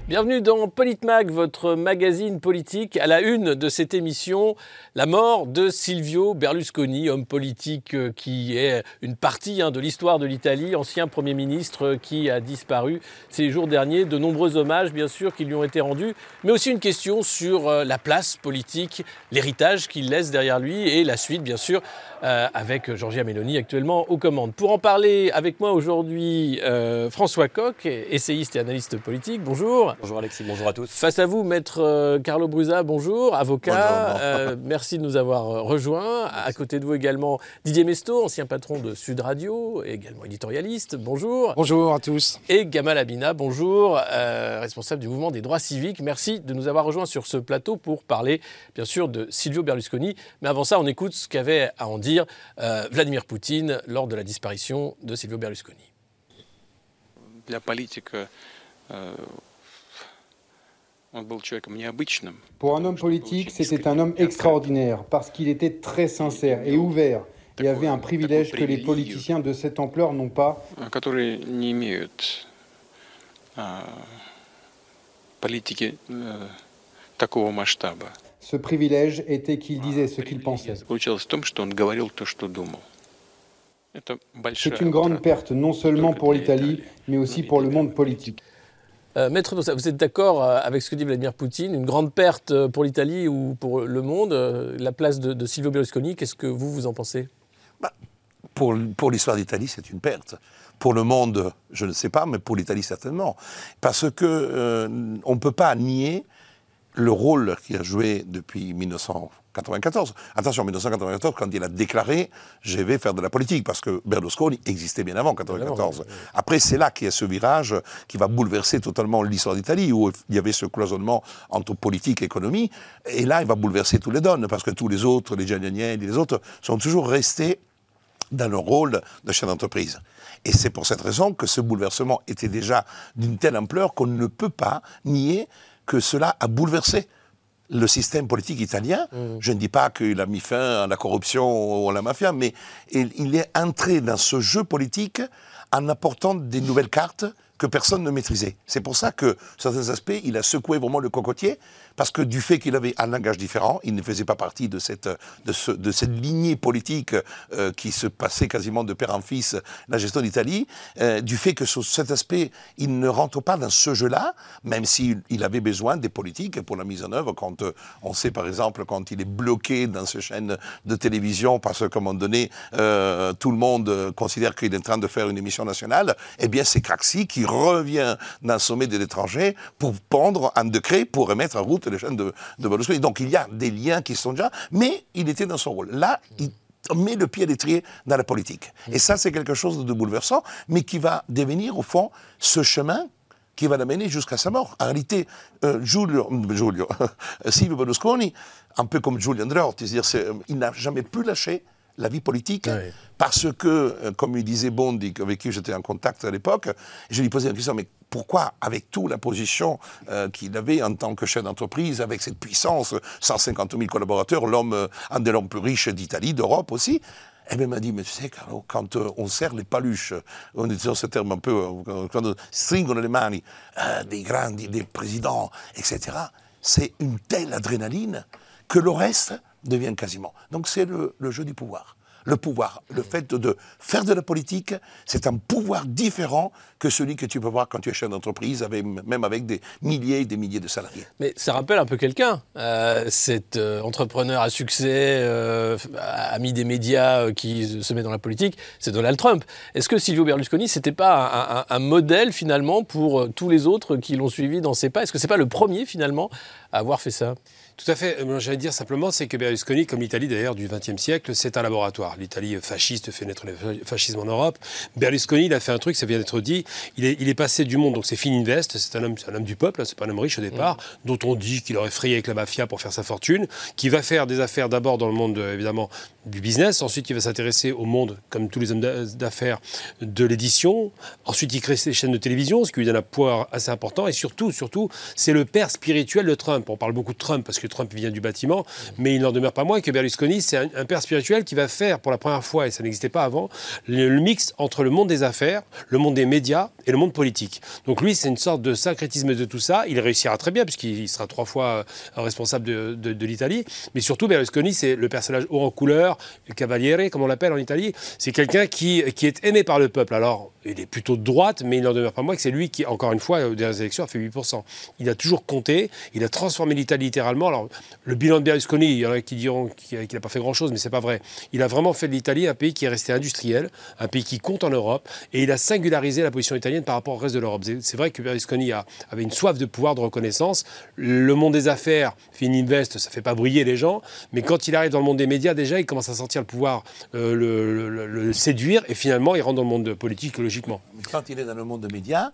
Bienvenue dans Politmag, votre magazine politique. À la une de cette émission, la mort de Silvio Berlusconi, homme politique qui est une partie de l'histoire de l'Italie, ancien Premier ministre qui a disparu ces jours derniers. De nombreux hommages, bien sûr, qui lui ont été rendus, mais aussi une question sur la place politique, l'héritage qu'il laisse derrière lui et la suite, bien sûr, avec Giorgia Meloni actuellement aux commandes. Pour en parler avec moi aujourd'hui, François Coq, essayiste et analyste politique. Bonjour. Bonjour Alexis, bonjour à tous. Face à vous, maître Carlo Brusa, bonjour, avocat. Bonjour. Merci de nous avoir rejoints. À côté de vous également Didier Mesto, ancien patron de Sud Radio, et également éditorialiste. Bonjour. Bonjour à tous. Et Gamal Abina, bonjour, responsable du mouvement des droits civiques. Merci de nous avoir rejoints sur ce plateau pour parler, bien sûr, de Silvio Berlusconi. Mais avant ça, on écoute ce qu'avait à en dire Vladimir Poutine lors de la disparition de Silvio Berlusconi. Для политика он был человеком необычным. Pour un homme politique, c'était un homme extraordinaire parce qu'il était très sincère et ouvert et avait un privilège que les politiciens de cette ampleur n'ont pas. Которые не имеют политики такого масштаба. Ce privilège était qu'il disait ce qu'il pensait. Получалось в том, что он говорил то, что думал. C'est une grande perte, non seulement pour l'Italie, mais aussi pour le monde politique. Maître Dossa, vous êtes d'accord avec ce que dit Vladimir Poutine, une grande perte pour l'Italie ou pour le monde, la place de Silvio Berlusconi, qu'est-ce que vous en pensez ? Pour l'histoire d'Italie, c'est une perte. Pour le monde, je ne sais pas, mais pour l'Italie, certainement. Parce qu'on ne peut pas nier le rôle qu'il a joué depuis 1994. Attention, 1994, quand il a déclaré « je vais faire de la politique », parce que Berlusconi existait bien avant 1994. Après, c'est là qu'il y a ce virage qui va bouleverser totalement l'histoire d'Italie, où il y avait ce cloisonnement entre politique et économie. Et là, il va bouleverser tous les donnes, parce que tous les autres, les Giannini et les autres, sont toujours restés dans le rôle de chef d'entreprise. Et c'est pour cette raison que ce bouleversement était déjà d'une telle ampleur qu'on ne peut pas nier que cela a bouleversé le système politique italien. Je ne dis pas qu'il a mis fin à la corruption ou à la mafia, mais il est entré dans ce jeu politique en apportant des nouvelles cartes que personne ne maîtrisait. C'est pour ça que, sur certains aspects, il a secoué vraiment le cocotier, parce que du fait qu'il avait un langage différent, il ne faisait pas partie de cette lignée politique qui se passait quasiment de père en fils, la gestion d'Italie, du fait que sur cet aspect, il ne rentre pas dans ce jeu-là, même s'il avait besoin des politiques pour la mise en œuvre, quand on sait par exemple, quand il est bloqué dans ces chaînes de télévision, parce qu'à un moment donné, tout le monde considère qu'il est en train de faire une émission nationale, eh bien c'est Craxi qui revient d'un sommet de l'étranger pour prendre un décret pour remettre en route les chaînes de Berlusconi. Donc il y a des liens qui sont déjà, mais il était dans son rôle. Là, il met le pied à l'étrier dans la politique. Et ça, c'est quelque chose de bouleversant, mais qui va devenir, au fond, ce chemin qui va l'amener jusqu'à sa mort. En réalité, Silvio Berlusconi, un peu comme Giulio Andreotti, c'est-à-dire il n'a jamais pu lâcher la vie politique, parce que, comme il disait Bondi, avec qui j'étais en contact à l'époque, je lui posais la question, mais pourquoi, avec toute la position qu'il avait en tant que chef d'entreprise, avec cette puissance, 150 000 collaborateurs, un des hommes plus riches d'Italie, d'Europe aussi, eh bien, il m'a dit, mais tu sais, Carlo, quand on serre les paluches, on utilise ce terme un peu, quand on stringono le mani des grands, des présidents, etc., c'est une telle adrénaline que le reste devient quasiment. Donc c'est le jeu du pouvoir. Le pouvoir, le fait de faire de la politique, c'est un pouvoir différent que celui que tu peux voir quand tu es chef d'entreprise, même avec des milliers et des milliers de salariés. Mais ça rappelle un peu quelqu'un, cet entrepreneur à succès, ami des médias qui se met dans la politique, c'est Donald Trump. Est-ce que Silvio Berlusconi, c'était pas un modèle finalement pour tous les autres qui l'ont suivi dans ses pas ? Est-ce que c'est pas le premier finalement à avoir fait ça ? Tout à fait. J'allais dire simplement, c'est que Berlusconi, comme l'Italie d'ailleurs du XXe siècle, c'est un laboratoire. L'Italie fasciste fait naître le fascisme en Europe. Berlusconi, il a fait un truc, ça vient d'être dit, il est passé du monde, donc c'est Fininvest, c'est un homme du peuple, c'est pas un homme riche au départ, dont on dit qu'il aurait frayé avec la mafia pour faire sa fortune, qui va faire des affaires d'abord dans le monde, évidemment, du business, ensuite il va s'intéresser au monde, comme tous les hommes d'affaires, de l'édition, ensuite il crée des chaînes de télévision, ce qui lui donne un poids assez important, et surtout, c'est le père spirituel de Trump. On parle beaucoup de Trump, parce que que Trump vient du bâtiment, mais il n'en demeure pas moins que Berlusconi, c'est un père spirituel qui va faire pour la première fois, et ça n'existait pas avant, le mix entre le monde des affaires, le monde des médias et le monde politique. Donc lui, c'est une sorte de syncrétisme de tout ça. Il réussira très bien puisqu'il sera 3 fois responsable de l'Italie. Mais surtout, Berlusconi, c'est le personnage haut en couleur, le cavaliere, comme on l'appelle en Italie. C'est quelqu'un qui est aimé par le peuple. Alors, il est plutôt de droite, mais il n'en demeure pas moins que c'est lui qui, encore une fois, aux dernières élections, a fait 8%. Il a toujours compté. Il a transformé l'Italie littéralement. Alors, le bilan de Berlusconi, il y en a qui diront qu'il n'a pas fait grand-chose, mais c'est pas vrai. Il a vraiment fait de l'Italie un pays qui est resté industriel, un pays qui compte en Europe, et il a singularisé la position italienne par rapport au reste de l'Europe. C'est vrai que Berlusconi avait une soif de pouvoir, de reconnaissance. Le monde des affaires, Fininvest, ça ne fait pas briller les gens, mais quand il arrive dans le monde des médias, déjà, il commence à sentir le pouvoir le séduire, et finalement, il rentre dans le monde politique, logiquement. Quand il est dans le monde des médias,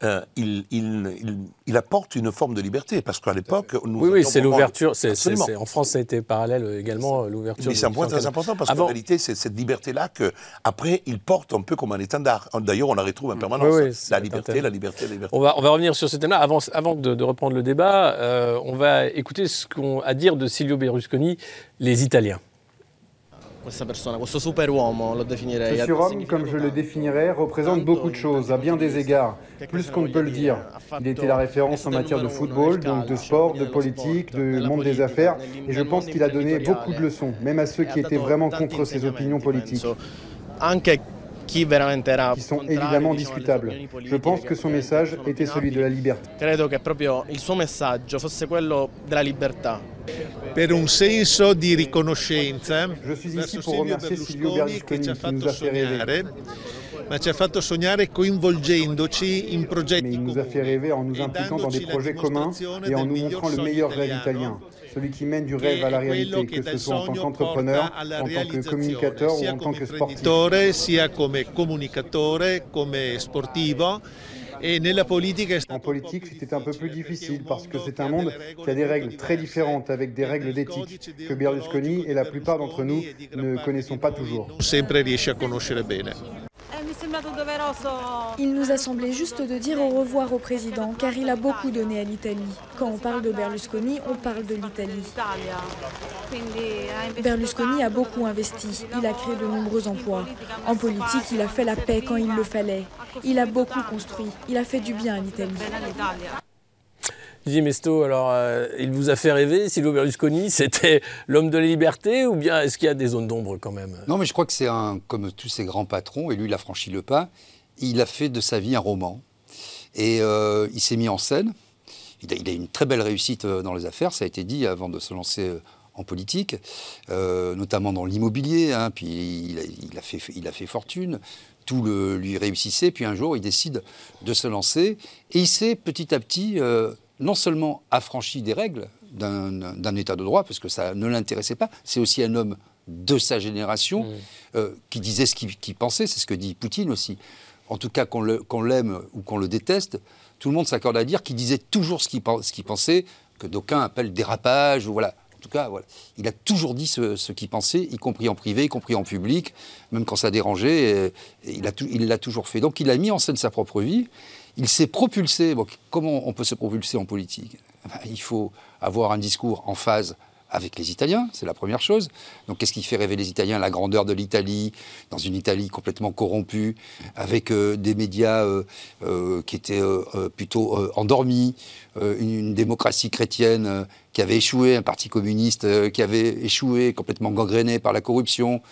il apporte une forme de liberté, parce qu'à l'époque... Oui, c'est l'ouverture. En France, ça a été parallèle également, l'ouverture. Mais c'est un point très important, parce qu'en réalité, c'est cette liberté-là qu'après, il porte un peu comme un étendard. D'ailleurs, on la retrouve en permanence. Oui, la liberté. On va revenir sur ce thème-là. Avant de reprendre le débat, on va écouter ce qu'ont à dire de Silvio Berlusconi les Italiens. Ce surhomme, comme je le définirais, représente beaucoup de choses, à bien des égards, plus qu'on ne peut le dire. Il était la référence en matière de football, donc de sport, de politique, de monde des affaires, et je pense qu'il a donné beaucoup de leçons, même à ceux qui étaient vraiment contre ses opinions politiques, qui sont évidemment discutables. Je pense que son message était celui de la liberté. Je suis ici pour remercier Silvio Berlusconi qui nous a fait rêver. Mais il nous a fait rêver en nous impliquant dans des projets communs et en nous montrant le meilleur rêve italien. Celui qui mène du rêve à la réalité, que ce soit en tant qu'entrepreneur, en tant que communicateur ou en tant que sportif. En politique, c'était un peu plus difficile parce que c'est un monde qui a des règles très différentes, avec des règles d'éthique que Berlusconi et la plupart d'entre nous ne connaissons pas toujours. Il nous a semblé juste de dire au revoir au président, car il a beaucoup donné à l'Italie. Quand on parle de Berlusconi, on parle de l'Italie. Berlusconi a beaucoup investi. Il a créé de nombreux emplois. En politique, il a fait la paix quand il le fallait. Il a beaucoup construit. Il a fait du bien à l'Italie. Didier Mesto, alors, il vous a fait rêver, Silvio Berlusconi, c'était l'homme de la liberté, ou bien est-ce qu'il y a des zones d'ombre quand même? Non, mais je crois que c'est comme tous ces grands patrons, et lui, il a franchi le pas, il a fait de sa vie un roman. Et il s'est mis en scène. Il a une très belle réussite dans les affaires, ça a été dit avant de se lancer en politique, notamment dans l'immobilier, hein, puis il a fait fortune. Tout lui réussissait, puis un jour, il décide de se lancer, et il s'est petit à petit... non seulement affranchi des règles d'un état de droit, parce que ça ne l'intéressait pas, c'est aussi un homme de sa génération qui disait ce qu'il pensait, c'est ce que dit Poutine aussi. En tout cas, qu'on l'aime ou qu'on le déteste, tout le monde s'accorde à dire qu'il disait toujours ce qu'il pensait, que d'aucuns appellent dérapage, ou voilà. En tout cas, voilà. Il a toujours dit ce qu'il pensait, y compris en privé, y compris en public, même quand ça dérangeait, il l'a toujours fait. Donc il a mis en scène sa propre vie. Il s'est propulsé. Bon, comment on peut se propulser en politique? Il faut avoir un discours en phase avec les Italiens, c'est la première chose. Donc qu'est-ce qui fait rêver les Italiens? La grandeur de l'Italie, dans une Italie complètement corrompue, avec des médias qui étaient plutôt endormis, une démocratie chrétienne qui avait échoué, un parti communiste qui avait échoué, complètement gangréné par la corruption.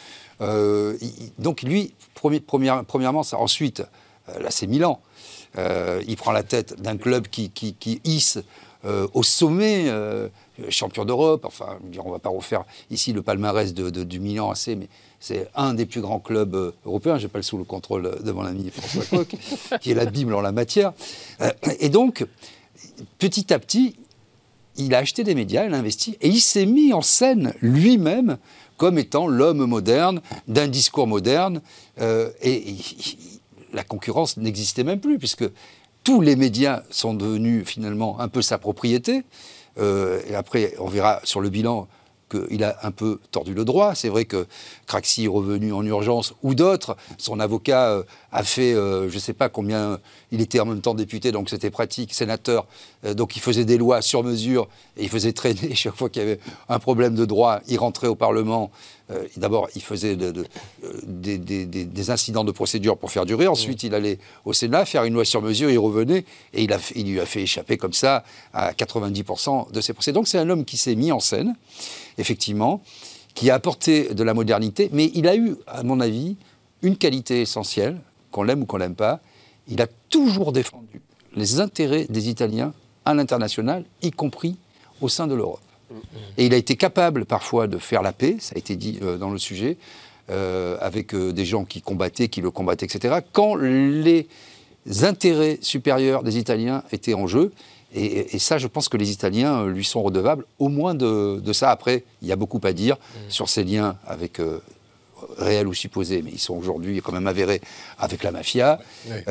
Donc lui, premièrement, ça. Ensuite, là c'est Milan. Il prend la tête d'un club qui hisse au sommet, champion d'Europe. Enfin, on ne va pas refaire ici le palmarès du Milan AC, mais c'est un des plus grands clubs européens. Je n'ai pas le sous le contrôle de mon ami François Coq, qui est la Bible en la matière. Et donc, petit à petit, il a acheté des médias, il a investi, et il s'est mis en scène lui-même comme étant l'homme moderne, d'un discours moderne, la concurrence n'existait même plus, puisque tous les médias sont devenus finalement un peu sa propriété. Et après, on verra sur le bilan qu'il a un peu tordu le droit. C'est vrai que Craxi est revenu en urgence, ou d'autres. Son avocat a fait, je ne sais pas combien, il était en même temps député, donc c'était pratique, sénateur, donc il faisait des lois sur mesure, et il faisait traîner chaque fois qu'il y avait un problème de droit, il rentrait au Parlement, d'abord il faisait des incidents de procédure pour faire durer, ensuite il allait au Sénat faire une loi sur mesure, il revenait, et il lui a fait échapper comme ça à 90% de ses procès. Donc c'est un homme qui s'est mis en scène, effectivement, qui a apporté de la modernité, mais il a eu, à mon avis, une qualité essentielle, qu'on l'aime ou qu'on l'aime pas, il a toujours défendu les intérêts des Italiens à l'international, y compris au sein de l'Europe. Et il a été capable parfois de faire la paix, ça a été dit dans le sujet, avec des gens qui le combattaient, etc., quand les intérêts supérieurs des Italiens étaient en jeu. Et ça, je pense que les Italiens lui sont redevables au moins de ça. Après, il y a beaucoup à dire sur ses liens avec, réels ou supposés, mais ils sont aujourd'hui quand même avérés avec la mafia,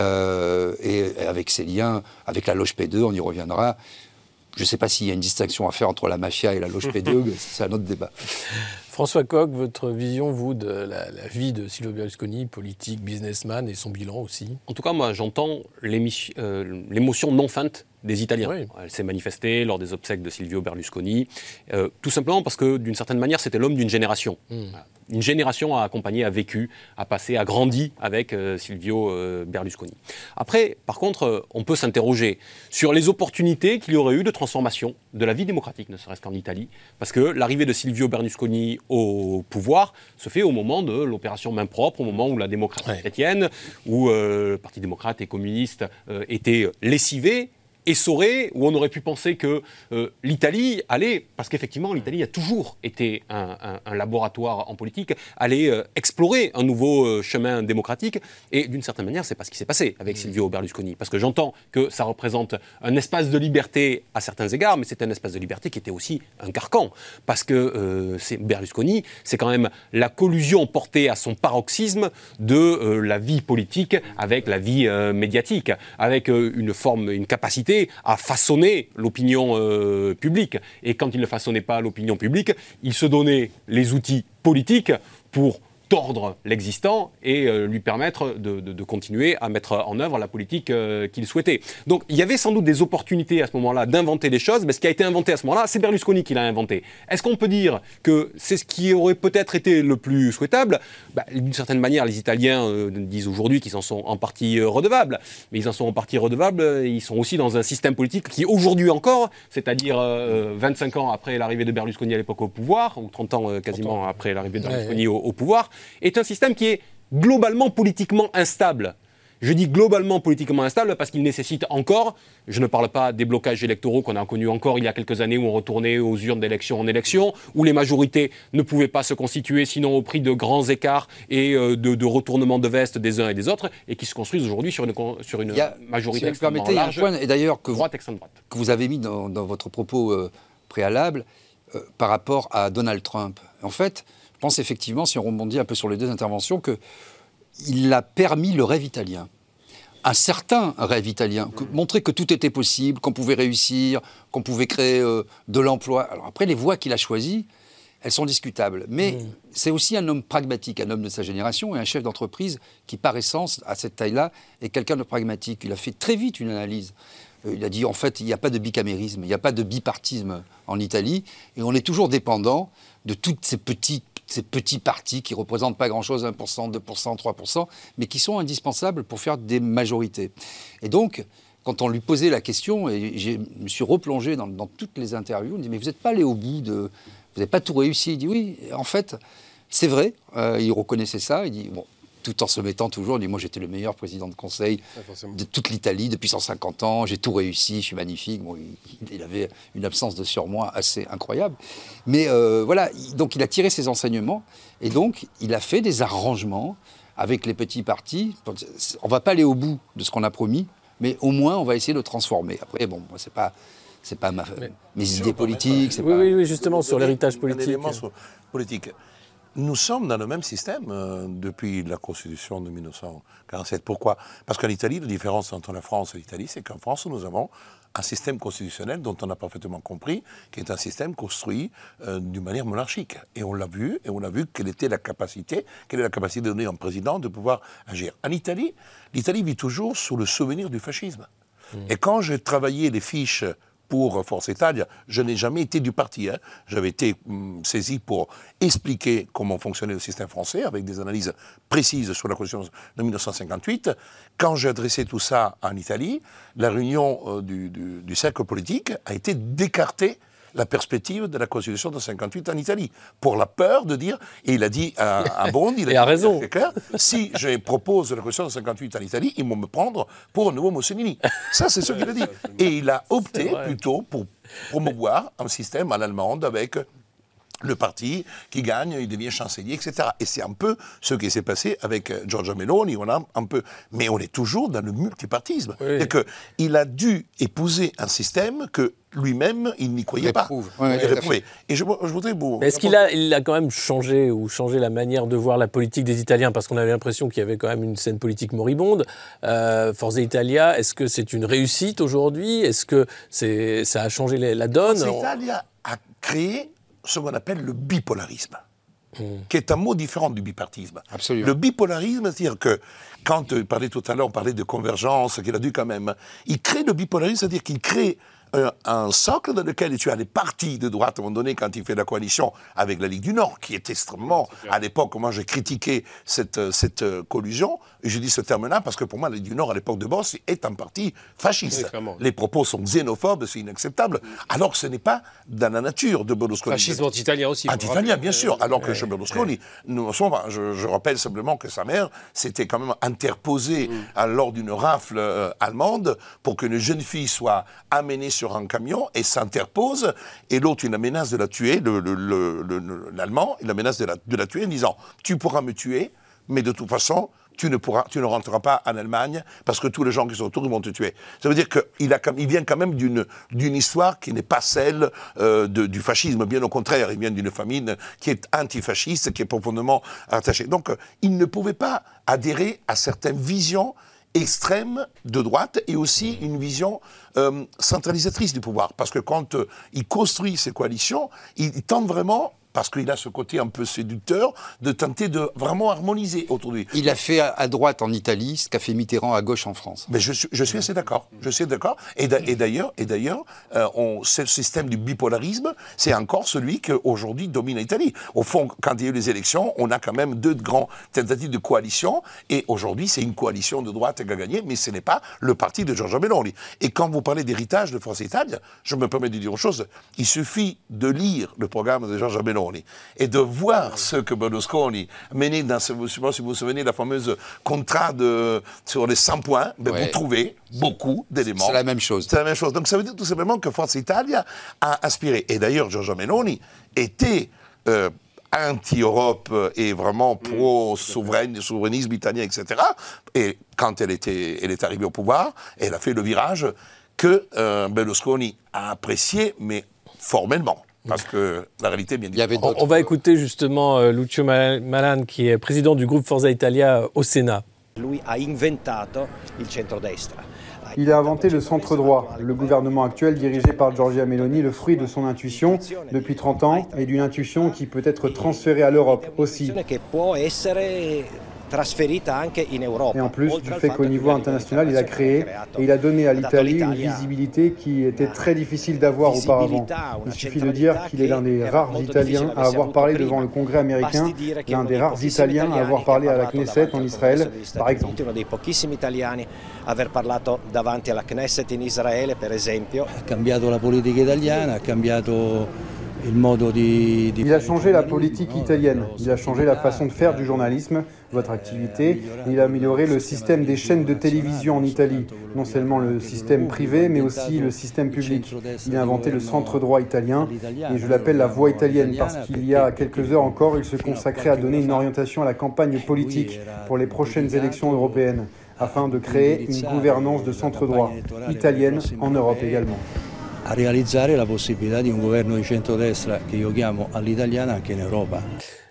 et avec ses liens avec la loge P2, on y reviendra. Je ne sais pas s'il y a une distinction à faire entre la mafia et la loge P2, c'est un autre débat. François Coq, votre vision, vous, de la vie de Silvio Berlusconi, politique, businessman, et son bilan aussi? En tout cas, moi, j'entends l'émotion non feinte des Italiens. Oui. Elle s'est manifestée lors des obsèques de Silvio Berlusconi, tout simplement parce que, d'une certaine manière, c'était l'homme d'une génération. Une génération a accompagné, a vécu, a passé, a grandi avec Silvio Berlusconi. Après, par contre, on peut s'interroger sur les opportunités qu'il y aurait eu de transformation de la vie démocratique, ne serait-ce qu'en Italie, parce que l'arrivée de Silvio Berlusconi au pouvoir se fait au moment de l'opération main propre, au moment où la démocratie chrétienne, où le Parti démocrate et communiste étaient lessivés, essoré, où on aurait pu penser que l'Italie allait, parce qu'effectivement l'Italie a toujours été un laboratoire en politique, allait explorer un nouveau chemin démocratique, et d'une certaine manière c'est pas ce qui s'est passé avec Silvio Berlusconi, parce que j'entends que ça représente un espace de liberté à certains égards, mais c'est un espace de liberté qui était aussi un carcan, parce que Berlusconi, c'est quand même la collusion portée à son paroxysme de la vie politique avec la vie médiatique, avec une capacité à façonner l'opinion publique. Et quand il ne façonnait pas l'opinion publique, il se donnait les outils politiques pour tordre l'existant et lui permettre de continuer à mettre en œuvre la politique qu'il souhaitait. Donc il y avait sans doute des opportunités à ce moment-là d'inventer des choses, mais ce qui a été inventé à ce moment-là, c'est Berlusconi qui l'a inventé. Est-ce qu'on peut dire que c'est ce qui aurait peut-être été le plus souhaitable? D'une certaine manière, les Italiens disent aujourd'hui qu'ils en sont en partie redevables, mais ils en sont en partie redevables, ils sont aussi dans un système politique qui aujourd'hui encore, c'est-à-dire 25 ans après l'arrivée de Berlusconi à l'époque au pouvoir, ou 30 ans quasiment après l'arrivée de Berlusconi au pouvoir, est un système qui est globalement politiquement instable. Je dis globalement politiquement instable parce qu'il nécessite encore, je ne parle pas des blocages électoraux qu'on a connus encore il y a quelques années où on retournait aux urnes d'élection en élection, où les majorités ne pouvaient pas se constituer sinon au prix de grands écarts et de retournements de veste des uns et des autres, et qui se construisent aujourd'hui sur une majorité extrêmement large, il y a un point, et d'ailleurs, droite, extrême droite. Que vous avez mis dans votre propos préalable par rapport à Donald Trump. En fait, je pense effectivement, si on rebondit un peu sur les deux interventions, qu'il a permis le rêve italien. Un certain rêve italien, montrer que tout était possible, qu'on pouvait réussir, qu'on pouvait créer de l'emploi. Alors après, les voies qu'il a choisies, elles sont discutables. Mais c'est aussi un homme pragmatique, un homme de sa génération et un chef d'entreprise qui, par essence, à cette taille-là, est quelqu'un de pragmatique. Il a fait très vite une analyse. Il a dit, en fait, il n'y a pas de bicamérisme, il n'y a pas de bipartisme en Italie, et on est toujours dépendant de toutes ces petits partis qui ne représentent pas grand-chose, 1%, 2%, 3%, mais qui sont indispensables pour faire des majorités. Et donc, quand on lui posait la question, et je me suis replongé dans toutes les interviews, on dit, mais vous n'êtes pas allé au bout vous n'avez pas tout réussi. Il dit, oui, en fait, c'est vrai, il reconnaissait ça, il dit, bon, tout en se mettant toujours, il dit, moi j'étais le meilleur président de conseil de toute l'Italie depuis 150 ans, j'ai tout réussi, je suis magnifique. Bon, il avait une absence de surmoi assez incroyable. Mais voilà, donc il a tiré ses enseignements, et donc il a fait des arrangements avec les petits partis. On ne va pas aller au bout de ce qu'on a promis, mais au moins on va essayer de le transformer. Après, bon, c'est pas mes idées politiques. Oui, justement, sur l'héritage politique. Politique. Nous sommes dans le même système depuis la Constitution de 1947. Pourquoi? Parce qu'en Italie, la différence entre la France et l'Italie, c'est qu'en France, nous avons un système constitutionnel dont on a parfaitement compris, qui est un système construit d'une manière monarchique. Et on l'a vu quelle était la capacité de donner à un président de pouvoir agir. En Italie, l'Italie vit toujours sous le souvenir du fascisme. Et quand j'ai travaillé les fiches pour Forza Italia, je n'ai jamais été du parti. J'avais été saisi pour expliquer comment fonctionnait le système français, avec des analyses précises sur la Constitution de 1958. Quand j'ai adressé tout ça en Italie, la réunion du cercle politique a été d'écarter la perspective de la Constitution de 1958 en Italie, pour la peur de dire, et il a dit à Bond, il a raison, clair, si je propose la Constitution de 1958 en Italie, ils vont me prendre pour un nouveau Mussolini. Ça, c'est ce qu'il a dit. Et il a opté plutôt pour promouvoir un système à l'allemande avec le parti qui gagne, il devient chancelier, etc. Et c'est un peu ce qui s'est passé avec Giorgia Meloni. Mais on est toujours dans le multipartisme. Oui. C'est qu'il a dû épouser un système que lui-même, il n'y croyait pas. Et je voudrais vous... Est-ce qu'il a quand même changé la manière de voir la politique des Italiens? Parce qu'on avait l'impression qu'il y avait quand même une scène politique moribonde. Forza Italia, est-ce que c'est une réussite aujourd'hui? Est-ce que ça a changé la donne? Forza Italia a créé ce qu'on appelle le bipolarisme, qui est un mot différent du bipartisme. Absolument. Le bipolarisme, c'est-à-dire que, quand tu parlais tout à l'heure, on parlait de convergence, qu'il a dû quand même... Il crée le bipolarisme, c'est-à-dire qu'il crée un socle dans lequel tu as les partis de droite, à un moment donné, quand il fait la coalition avec la Ligue du Nord, qui est extrêmement... À l'époque, moi, j'ai critiqué cette collusion, et je dis ce terme-là parce que pour moi, la Ligue du Nord, à l'époque de Boss, est un parti fasciste. Oui, les propos sont xénophobes, c'est inacceptable, alors que ce n'est pas dans la nature de Berlusconi. Fascisme anti-italien aussi. Anti-italien, bien sûr, alors que chez Berlusconi, je rappelle simplement que sa mère s'était quand même interposée lors d'une rafle allemande pour qu'une jeune fille soit amenée sur un camion et s'interpose, et l'autre, il la menace de la tuer, l'Allemand, il la menace de la tuer en disant « Tu pourras me tuer, mais de toute façon, tu ne rentreras pas en Allemagne parce que tous les gens qui sont autour, ils vont te tuer. » Ça veut dire qu'il vient quand même d'une histoire qui n'est pas celle du fascisme, bien au contraire, il vient d'une famille qui est antifasciste, qui est profondément attachée. Donc, il ne pouvait pas adhérer à certaines visions extrême de droite et aussi une vision centralisatrice du pouvoir. Parce que quand il construit ses coalitions, il tente vraiment, parce qu'il a ce côté un peu séducteur, de tenter de vraiment harmoniser autour de lui. Il a fait à droite en Italie ce qu'a fait Mitterrand à gauche en France. Mais je suis assez d'accord. Je suis d'accord. Et d'ailleurs, ce système du bipolarisme, c'est encore celui qui aujourd'hui domine l'Italie. Au fond, quand il y a eu les élections, on a quand même deux grandes tentatives de coalition. Et aujourd'hui, c'est une coalition de droite qui a gagné, mais ce n'est pas le parti de Giorgia Meloni. Et quand vous parlez d'héritage de Forza Italia, je me permets de dire une chose. Il suffit de lire le programme de Giorgia Meloni et de voir ce que Berlusconi menait dans ce, je ne sais pas si vous vous souvenez de la fameuse contrat sur les 100 points, vous trouvez beaucoup d'éléments. C'est la même chose. C'est la même chose. Donc ça veut dire tout simplement que Forza Italia a aspiré. Et d'ailleurs, Giorgia Meloni était anti-Europe et vraiment pro-souverainisme italien, etc. Et quand elle est arrivée au pouvoir, elle a fait le virage que Berlusconi a apprécié, mais formellement. Parce que la réalité est bien différente. On va écouter justement Lucio Malan, qui est président du groupe Forza Italia au Sénat. Il a inventé le centre-droit. Le gouvernement actuel, dirigé par Giorgia Meloni, le fruit de son intuition depuis 30 ans, et d'une intuition qui peut être transférée à l'Europe aussi. Et en plus du fait qu'au niveau international, il a créé et il a donné à l'Italie une visibilité qui était très difficile d'avoir auparavant. Il suffit de dire qu'il est l'un des rares Italiens à avoir parlé devant le Congrès américain, l'un des rares Italiens à avoir parlé à la Knesset en Israël, par exemple. Aver parlato davanti alla Knesset in Israele, per esempio. Ha cambiato la politica italiana, ha cambiato il modo di... Il a changé la politique italienne, il a changé la façon de faire du journalisme, votre activité, il a amélioré le système des chaînes de télévision en Italie, non seulement le système privé, mais aussi le système public. Il a inventé le centre-droit italien, et je l'appelle la voie italienne, parce qu'il y a quelques heures encore, il se consacrait à donner une orientation à la campagne politique pour les prochaines élections européennes, afin de créer une gouvernance de centre-droit, italienne en Europe également. A realizzare la possibilità di un governo di centrodestra che io chiamo all'italiana anche in Europa.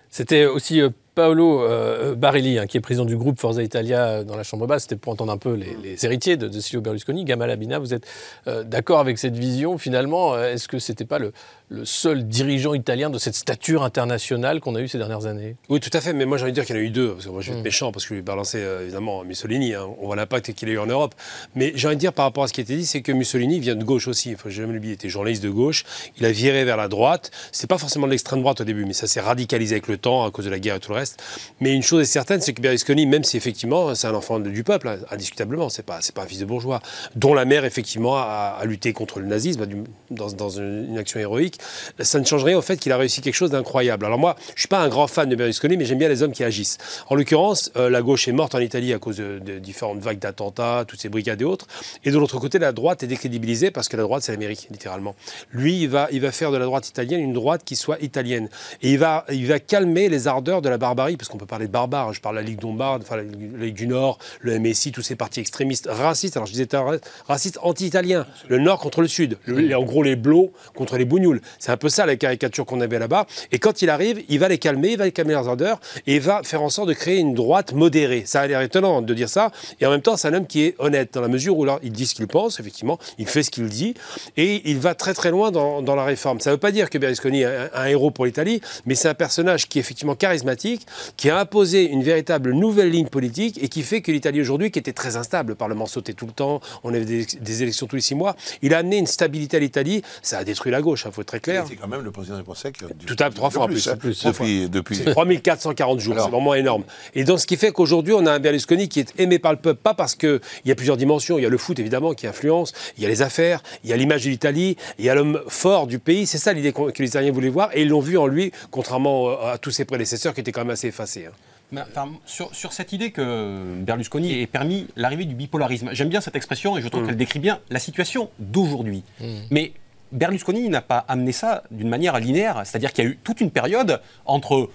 C'était aussi Paolo Barilli, qui est président du groupe Forza Italia dans la Chambre basse. C'était pour entendre un peu les héritiers de Silvio Berlusconi. Gamal Abina, vous êtes d'accord avec cette vision finalement? Est-ce que ce n'était pas le seul dirigeant italien de cette stature internationale qu'on a eue ces dernières années? Oui, tout à fait. Mais moi, j'ai envie de dire qu'il y en a eu deux. Parce que moi, je vais être méchant parce que je lui ai balancé évidemment Mussolini. On voit l'impact qu'il a eu en Europe. Mais j'ai envie de dire par rapport à ce qui a été dit, c'est que Mussolini vient de gauche aussi. Il ne faut jamais l'oublier. Il était journaliste de gauche. Il a viré vers la droite. C'est pas forcément de l'extrême droite au début, mais ça s'est radicalisé avec le temps à cause de la guerre et tout le reste. Mais une chose est certaine, c'est que Berlusconi, même si effectivement c'est un enfant du peuple, indiscutablement, c'est pas un fils de bourgeois, dont la mère effectivement a lutté contre le nazisme dans une action héroïque, ça ne change rien au fait qu'il a réussi quelque chose d'incroyable. Alors moi, je suis pas un grand fan de Berlusconi, mais j'aime bien les hommes qui agissent. En l'occurrence, la gauche est morte en Italie à cause de différentes vagues d'attentats, toutes ces brigades et autres. Et de l'autre côté, la droite est décrédibilisée parce que la droite, c'est l'Amérique, littéralement. Lui, il va faire de la droite italienne une droite qui soit italienne. Et il va calmer les ardeurs de la barbarie, parce qu'on peut parler de barbares. Je parle de la Ligue lombarde, enfin la Ligue du Nord, le MSI, tous ces partis extrémistes racistes. Alors je disais racistes anti-italiens. Le Nord contre le Sud. En gros, les Blos contre les Bougnoules. C'est un peu ça la caricature qu'on avait là-bas. Et quand il arrive, il va les calmer leurs ardeurs et il va faire en sorte de créer une droite modérée. Ça a l'air étonnant de dire ça. Et en même temps, c'est un homme qui est honnête dans la mesure où il dit ce qu'il pense, effectivement, il fait ce qu'il dit et il va très très loin dans la réforme. Ça ne veut pas dire que Berlusconi est un héros pour l'Italie, mais c'est un personnage qui est effectivement charismatique, qui a imposé une véritable nouvelle ligne politique et qui fait que l'Italie aujourd'hui, qui était très instable, le Parlement sautait tout le temps, on avait des élections tous les 6 mois, il a amené une stabilité à l'Italie, ça a détruit la gauche, il faut être très clair. C'est quand même le président du Conseil qui a tout à fait 3 fois en plus. Depuis c'est 3440 jours, c'est vraiment énorme. Et donc ce qui fait qu'aujourd'hui, on a un Berlusconi qui est aimé par le peuple, pas parce qu'il y a plusieurs dimensions, il y a le foot évidemment qui influence, il y a les affaires, il y a l'image de l'Italie, il y a l'homme fort du pays, c'est ça l'idée que les Italiens voulaient voir, et ils l'ont vu en lui, contrairement à tous ses prédécesseurs qui étaient quand même assez effacés. Mais, sur cette idée que Berlusconi ait permis l'arrivée du bipolarisme, j'aime bien cette expression et je trouve qu'elle décrit bien la situation d'aujourd'hui. Mais Berlusconi n'a pas amené ça d'une manière linéaire, c'est-à-dire qu'il y a eu toute une période entre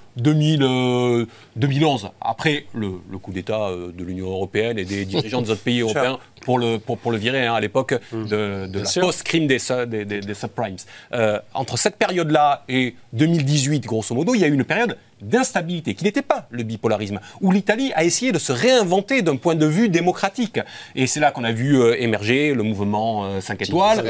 2011, après le coup d'État de l'Union européenne et des dirigeants des autres pays européens pour le virer à l'époque de la post-crime des subprimes. Entre cette période-là et 2018, grosso modo, il y a eu une période d'instabilité, qui n'était pas le bipolarisme, où l'Italie a essayé de se réinventer d'un point de vue démocratique. Et c'est là qu'on a vu émerger le mouvement 5 étoiles,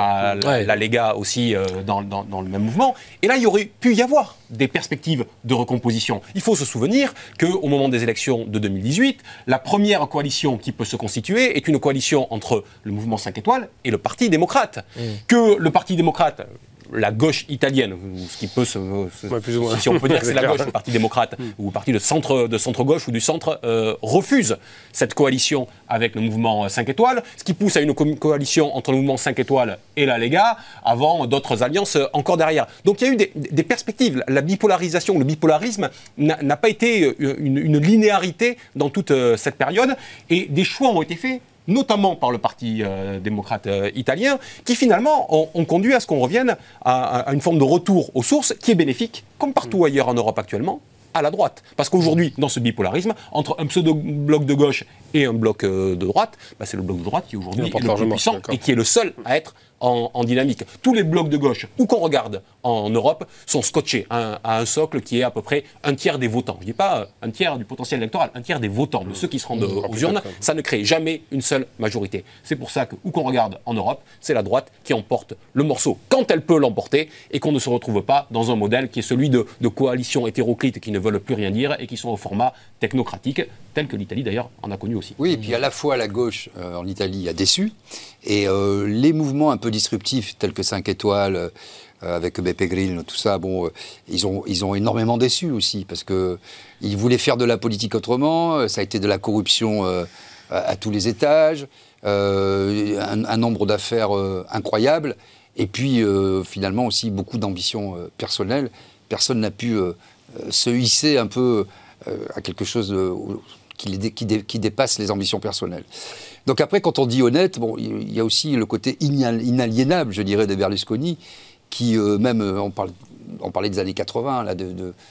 la Lega aussi dans le même mouvement. Et là, il y aurait pu y avoir des perspectives de recomposition. Il faut se souvenir qu'au moment des élections de 2018, la première coalition qui peut se constituer est une coalition entre le mouvement 5 étoiles et le Parti démocrate. Que le Parti démocrate, la gauche italienne, ce qui peut plus ou moins. Si on peut dire que c'est la gauche, le Parti démocrate, ou le parti de centre-gauche ou du centre, refuse cette coalition avec le mouvement 5 étoiles, ce qui pousse à une coalition entre le mouvement 5 étoiles et la Lega, avant d'autres alliances encore derrière. Donc il y a eu des perspectives. La bipolarisation, le bipolarisme n'a pas été une linéarité dans toute cette période, et des choix ont été faits, notamment par le Parti démocrate italien, qui finalement ont conduit à ce qu'on revienne à une forme de retour aux sources qui est bénéfique, comme partout ailleurs en Europe actuellement, à la droite. Parce qu'aujourd'hui, dans ce bipolarisme, entre un pseudo-bloc de gauche et un bloc de droite, c'est le bloc de droite qui aujourd'hui est le plus puissant et qui est le seul à être en dynamique. Tous les blocs de gauche, où qu'on regarde en Europe, sont scotchés à un socle qui est à peu près un tiers des votants. Je ne dis pas un tiers du potentiel électoral, un tiers des votants, de ceux qui se rendent aux urnes. Ça ne crée jamais une seule majorité. C'est pour ça que, où qu'on regarde en Europe, c'est la droite qui emporte le morceau quand elle peut l'emporter, et qu'on ne se retrouve pas dans un modèle qui est celui de coalitions hétéroclites qui ne veulent plus rien dire et qui sont au format technocratique, tel que l'Italie d'ailleurs en a connu aussi. Oui, et puis à la fois la gauche en Italie a déçu, et les mouvements un peu disruptifs tels que 5 étoiles, avec Beppe Grillo, tout ça, ils ont énormément déçu aussi, parce qu'ils voulaient faire de la politique autrement, ça a été de la corruption à tous les étages, un nombre d'affaires incroyable, et puis finalement aussi beaucoup d'ambition personnelle. Personne n'a pu se hisser un peu à quelque chose qui dépasse les ambitions personnelles. Donc après, quand on dit honnête, il y a aussi le côté inaliénable, je dirais, de Berlusconi, qui même, on parlait des années 80, là,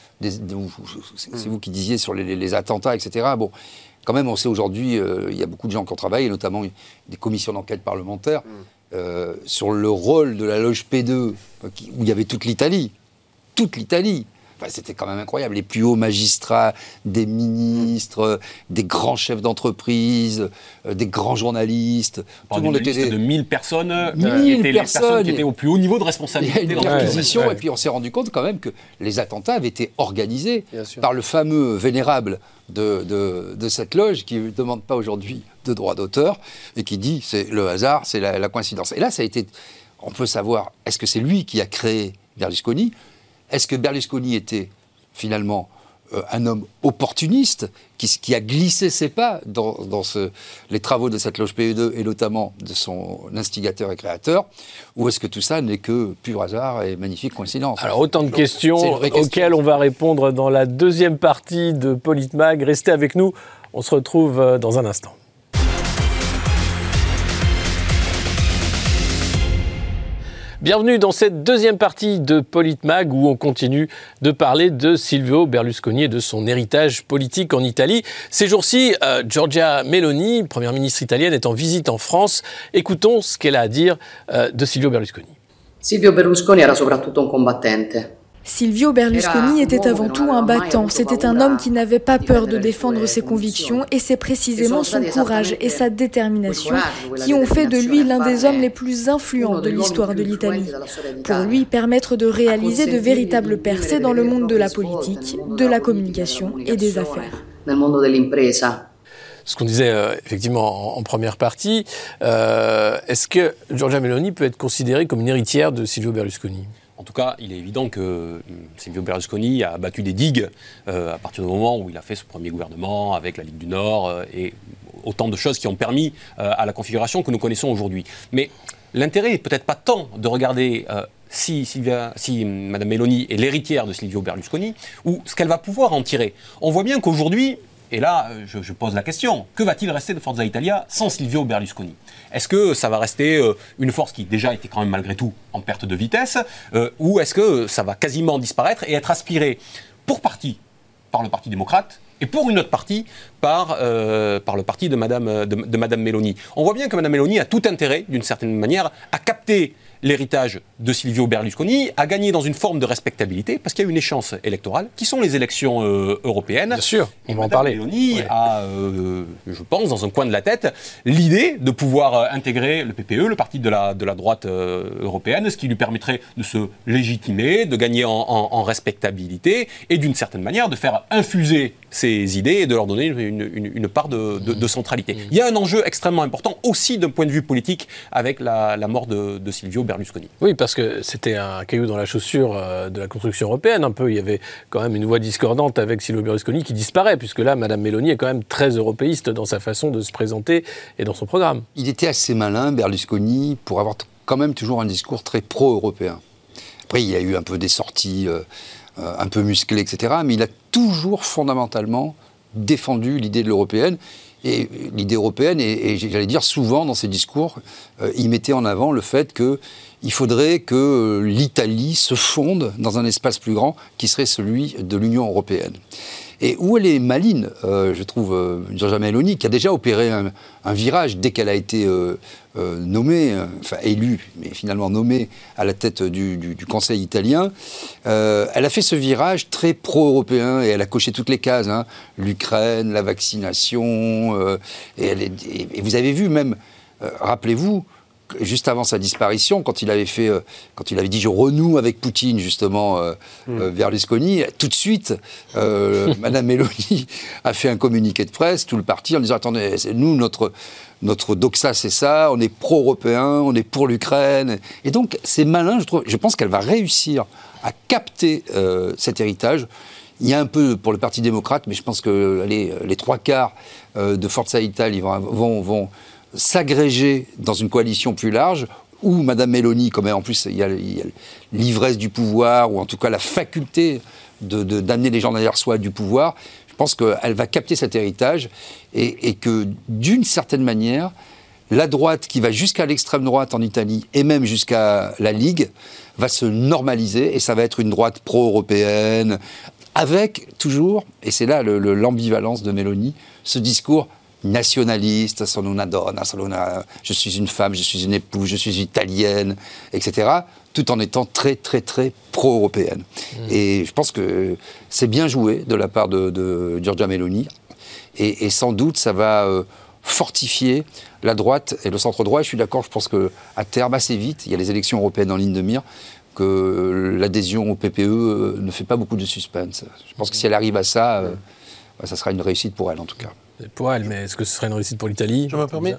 c'est vous qui disiez sur les attentats, etc. Quand même, on sait aujourd'hui, il y a beaucoup de gens qui ont travaillé, notamment des commissions d'enquête parlementaires, sur le rôle de la loge P2, où il y avait toute l'Italie. c'était quand même incroyable. Les plus hauts magistrats, des ministres, des grands chefs d'entreprise, des grands journalistes. Tout le monde était de 1000 personnes. 1000 personnes qui étaient au plus haut niveau de responsabilité. Il y a une perquisition, et puis on s'est rendu compte quand même que les attentats avaient été organisés par le fameux vénérable de cette loge qui ne demande pas aujourd'hui de droit d'auteur et qui dit c'est le hasard, c'est la coïncidence. Et là, ça a été... On peut savoir, est-ce que c'est lui qui a créé Berlusconi ? Est-ce que Berlusconi était finalement un homme opportuniste qui a glissé ses pas dans les travaux de cette loge PE2 et notamment de son instigateur et créateur ? Ou est-ce que tout ça n'est que pur hasard et magnifique coïncidence ? Alors autant de questions auxquelles on va répondre dans la deuxième partie de Politmag. Restez avec nous, on se retrouve dans un instant. Bienvenue dans cette deuxième partie de Politmag où on continue de parler de Silvio Berlusconi et de son héritage politique en Italie. Ces jours-ci, Giorgia Meloni, première ministre italienne, est en visite en France. Écoutons ce qu'elle a à dire de Silvio Berlusconi. Silvio Berlusconi era soprattutto un combattente. Silvio Berlusconi était avant tout un battant. C'était un homme qui n'avait pas peur de défendre ses convictions et c'est précisément son courage et sa détermination qui ont fait de lui l'un des hommes les plus influents de l'histoire de l'Italie. Pour lui, permettre de réaliser de véritables percées dans le monde de la politique, de la communication et des affaires. Ce qu'on disait effectivement en première partie, est-ce que Giorgia Meloni peut être considérée comme une héritière de Silvio Berlusconi ? En tout cas, il est évident que Silvio Berlusconi a battu des digues à partir du moment où il a fait ce premier gouvernement avec la Ligue du Nord et autant de choses qui ont permis à la configuration que nous connaissons aujourd'hui. Mais l'intérêt n'est peut-être pas tant de regarder si Mme Meloni est l'héritière de Silvio Berlusconi ou ce qu'elle va pouvoir en tirer. On voit bien qu'aujourd'hui, et là, je pose la question, que va-t-il rester de Forza Italia sans Silvio Berlusconi ? Est-ce que ça va rester une force qui déjà était quand même malgré tout en perte de vitesse ou est-ce que ça va quasiment disparaître et être aspiré pour partie par le Parti démocrate et pour une autre partie par le parti de Madame Meloni ? On voit bien que Madame Meloni a tout intérêt, d'une certaine manière, à capter l'héritage de Silvio Berlusconi, a gagné dans une forme de respectabilité, parce qu'il y a une échéance électorale, qui sont les élections européennes. Bien sûr, on va en parler. Meloni a, je pense, dans un coin de la tête, l'idée de pouvoir intégrer le PPE, le parti de la droite européenne, ce qui lui permettrait de se légitimer, de gagner en respectabilité, et d'une certaine manière de faire infuser ces idées et de leur donner une part de centralité. Il y a un enjeu extrêmement important, aussi d'un point de vue politique, avec la mort de Silvio Berlusconi. Oui, parce que c'était un caillou dans la chaussure de la construction européenne, un peu. Il y avait quand même une voix discordante avec Silvio Berlusconi qui disparaît, puisque là, Mme Meloni est quand même très européiste dans sa façon de se présenter et dans son programme. Il était assez malin, Berlusconi, pour avoir quand même toujours un discours très pro-européen. Après, il y a eu un peu des sorties un peu musclées, etc., mais il a toujours fondamentalement défendu l'idée de l'européenne. Et l'idée européenne, et j'allais dire souvent dans ses discours, il mettait en avant le fait qu'il faudrait que l'Italie se fonde dans un espace plus grand qui serait celui de l'Union européenne. Et où elle est maligne, je trouve, Giorgia Meloni, qui a déjà opéré un virage dès qu'elle a été nommée, enfin élue, mais finalement nommée à la tête du Conseil italien. Elle a fait ce virage très pro-européen et elle a coché toutes les cases, hein, l'Ukraine, la vaccination, et vous avez vu même, rappelez-vous, juste avant sa disparition, quand il avait dit je renoue avec Poutine justement, Berlusconi, tout de suite, Madame Meloni a fait un communiqué de presse, tout le parti, en disant attendez, nous notre doxa c'est ça, on est pro-européen, on est pour l'Ukraine, et donc c'est malin, je pense qu'elle va réussir à capter cet héritage. Il y a un peu pour le Parti démocrate, mais je pense que les trois quarts de Forza Italia vont s'agréger dans une coalition plus large, où Mme Meloni, comme en plus il y a l'ivresse du pouvoir, ou en tout cas la faculté d'amener les gens derrière soi du pouvoir, je pense qu'elle va capter cet héritage, et que d'une certaine manière, la droite qui va jusqu'à l'extrême droite en Italie, et même jusqu'à la Ligue, va se normaliser, et ça va être une droite pro-européenne, avec toujours, et c'est là l'ambivalence de Meloni, ce discours nationaliste, sono una donna, je suis une femme, je suis une épouse, je suis italienne, etc., tout en étant très, très, très pro-européenne. Et je pense que c'est bien joué de la part de Giorgia Meloni, et sans doute ça va fortifier la droite et le centre-droit. Et je suis d'accord, je pense qu'à terme, assez vite, il y a les élections européennes en ligne de mire, que l'adhésion au PPE ne fait pas beaucoup de suspense. Je pense que si elle arrive à ça, ça sera une réussite pour elle en tout cas. Pour elle, mais est-ce que ce serait une réussite pour l'Italie? Je me permets.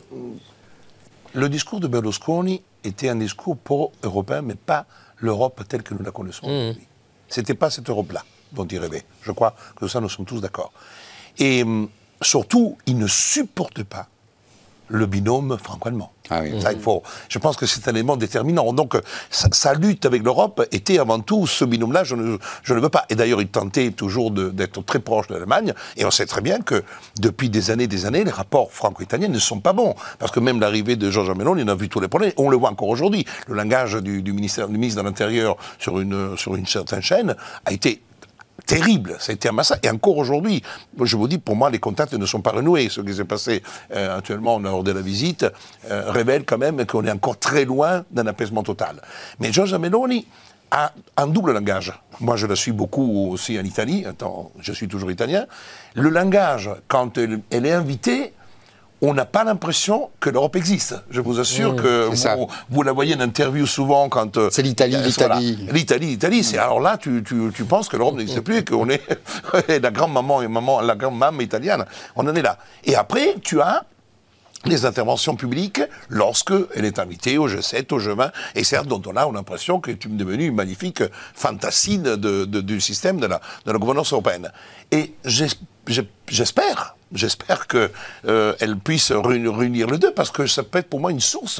Le discours de Berlusconi était un discours pro-européen, mais pas l'Europe telle que nous la connaissons aujourd'hui. Ce n'était pas cette Europe-là dont il rêvait. Je crois que ça, nous sommes tous d'accord. Et surtout, il ne supporte pas le binôme franco-allemand. Ah oui. Ça, je pense que c'est un élément déterminant. Donc, sa lutte avec l'Europe était avant tout ce binôme-là, je ne veux pas. Et d'ailleurs, il tentait toujours d'être très proche de l'Allemagne. Et on sait très bien que depuis des années, les rapports franco-italiens ne sont pas bons. Parce que même l'arrivée de Giorgia Meloni, on a vu tous les problèmes. On le voit encore aujourd'hui. Le langage du ministre de l'Intérieur sur une certaine chaîne a été terrible, ça a été un massacre. Et encore aujourd'hui, je vous dis, pour moi, les contacts ne sont pas renoués. Ce qui s'est passé actuellement lors de la visite révèle quand même qu'on est encore très loin d'un apaisement total. Mais Giorgia Meloni a un double langage. Moi, je la suis beaucoup aussi en Italie. Je suis toujours italien. Le langage, quand elle est invitée, on n'a pas l'impression que l'Europe existe. Je vous assure que vous la voyez en interview souvent quand... c'est l'Italie. L'Italie, c'est alors là, tu penses que l'Europe n'existe plus et qu'on est la grand-maman italienne. On en est là. Et après, tu as les interventions publiques lorsqu'elle est invitée au G7, au G20, et certes, dont on a l'impression qu'elle est devenue une magnifique fantassine du système de la gouvernance européenne. Et j'espère qu'elle puisse réunir les deux, parce que ça peut être pour moi une source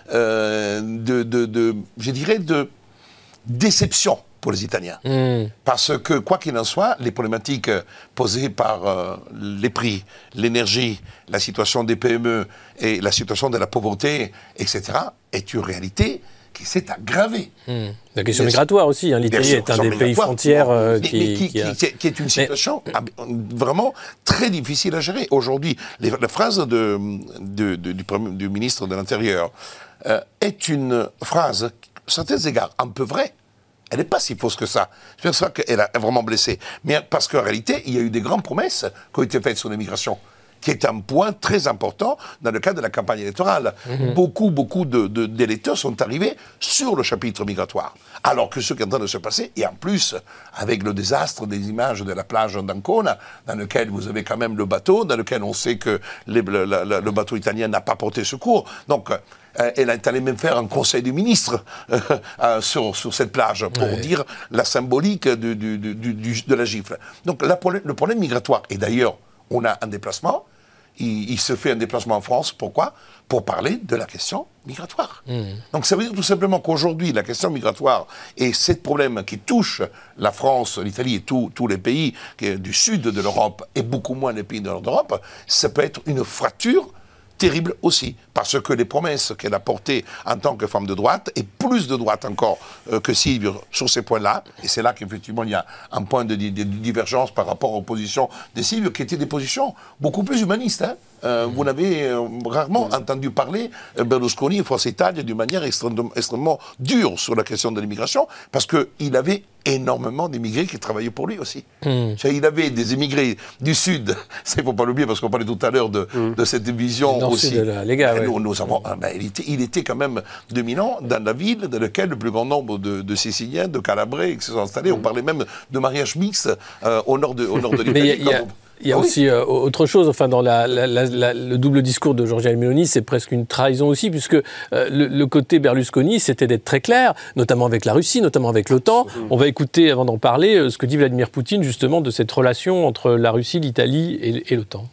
je dirais, de déception pour les Italiens. Parce que, quoi qu'il en soit, les problématiques posées par les prix, l'énergie, la situation des PME et la situation de la pauvreté, etc., est une réalité qui s'est aggravée. La question migratoire aussi. L'Italie est un des pays frontières qui est une situation vraiment très difficile à gérer. Aujourd'hui, la phrase du ministre de l'Intérieur est une phrase, à certains égards, un peu vraie. Elle n'est pas si fausse que ça. C'est pour ça qu'elle a vraiment blessé. Mais parce qu'en réalité, il y a eu des grandes promesses qui ont été faites sur l'immigration, qui est un point très important dans le cadre de la campagne électorale. Beaucoup d'électeurs sont arrivés sur le chapitre migratoire. Alors que ce qui est en train de se passer, et en plus, avec le désastre des images de la plage d'Ancona, dans lequel vous avez quand même le bateau, dans lequel on sait que le bateau italien n'a pas porté secours. Donc, elle est allée même faire un conseil des ministres sur cette plage pour dire la symbolique de la gifle. Donc, le problème migratoire, et d'ailleurs, on a un déplacement, il se fait un déplacement en France, pourquoi? Pour parler de la question migratoire. Donc ça veut dire tout simplement qu'aujourd'hui, la question migratoire et ce problème qui touche la France, l'Italie et tous les pays du sud de l'Europe et beaucoup moins les pays de l'Europe, ça peut être une fracture terrible aussi, parce que les promesses qu'elle a portées en tant que femme de droite, et plus de droite encore que Silvio sur ces points-là, et c'est là qu'effectivement il y a un point de divergence par rapport aux positions de Silvio, qui étaient des positions beaucoup plus humanistes. Vous n'avez rarement entendu parler Berlusconi et Forza Italia d'une manière extrêmement dure sur la question de l'immigration, parce qu'il avait énormément d'immigrés qui travaillaient pour lui aussi. Il avait des immigrés du Sud, ça il ne faut pas l'oublier parce qu'on parlait tout à l'heure de cette vision aussi. Il était quand même dominant dans la ville dans laquelle le plus grand nombre de Siciliens, de Calabrais qui se sont installés. On parlait même de mariage mixte au nord de l'Italie. Il y a aussi autre chose, enfin, dans le double discours de Giorgia Meloni, c'est presque une trahison aussi, puisque le côté Berlusconi, c'était d'être très clair, notamment avec la Russie, notamment avec l'OTAN. On va écouter, avant d'en parler, ce que dit Vladimir Poutine, justement, de cette relation entre la Russie, l'Italie et l'OTAN.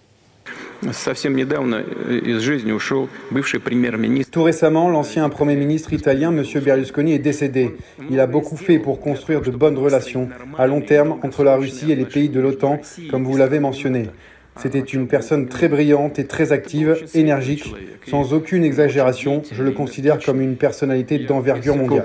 Tout récemment, l'ancien Premier ministre italien, M. Berlusconi, est décédé. Il a beaucoup fait pour construire de bonnes relations à long terme entre la Russie et les pays de l'OTAN, comme vous l'avez mentionné. C'était une personne très brillante et très active, énergique, sans aucune exagération. Je le considère comme une personnalité d'envergure mondiale.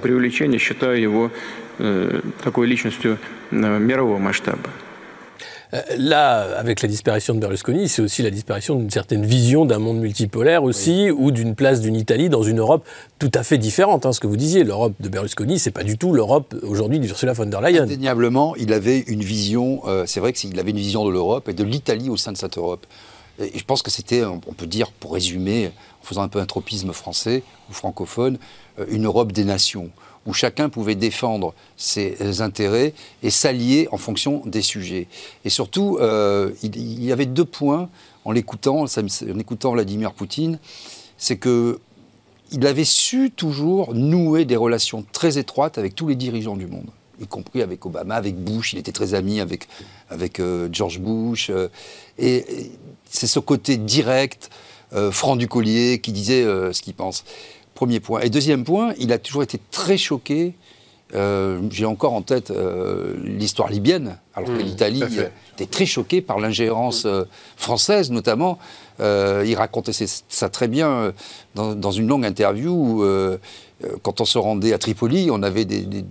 Là, avec la disparition de Berlusconi, c'est aussi la disparition d'une certaine vision d'un monde multipolaire aussi, ou d'une place d'une Italie dans une Europe tout à fait différente. Ce que vous disiez, l'Europe de Berlusconi, c'est pas du tout l'Europe aujourd'hui d'Ursula von der Leyen. Indéniablement, il avait une vision, c'est vrai qu'il avait une vision de l'Europe et de l'Italie au sein de cette Europe. Et je pense que c'était, on peut dire, pour résumer, en faisant un peu un tropisme français ou francophone, une Europe des nations, où chacun pouvait défendre ses intérêts et s'allier en fonction des sujets. Et surtout, il y avait 2 points, en écoutant Vladimir Poutine, c'est qu'il avait su toujours nouer des relations très étroites avec tous les dirigeants du monde, y compris avec Obama, avec Bush. Il était très ami avec George Bush. Et c'est ce côté direct, franc du collier, qui disait ce qu'il pense. Premier point. Et deuxième point, il a toujours été très choqué. J'ai encore en tête l'histoire libyenne, alors que l'Italie était très choquée par l'ingérence française, notamment. Il racontait ça très bien dans une longue interview où, quand on se rendait à Tripoli, on avait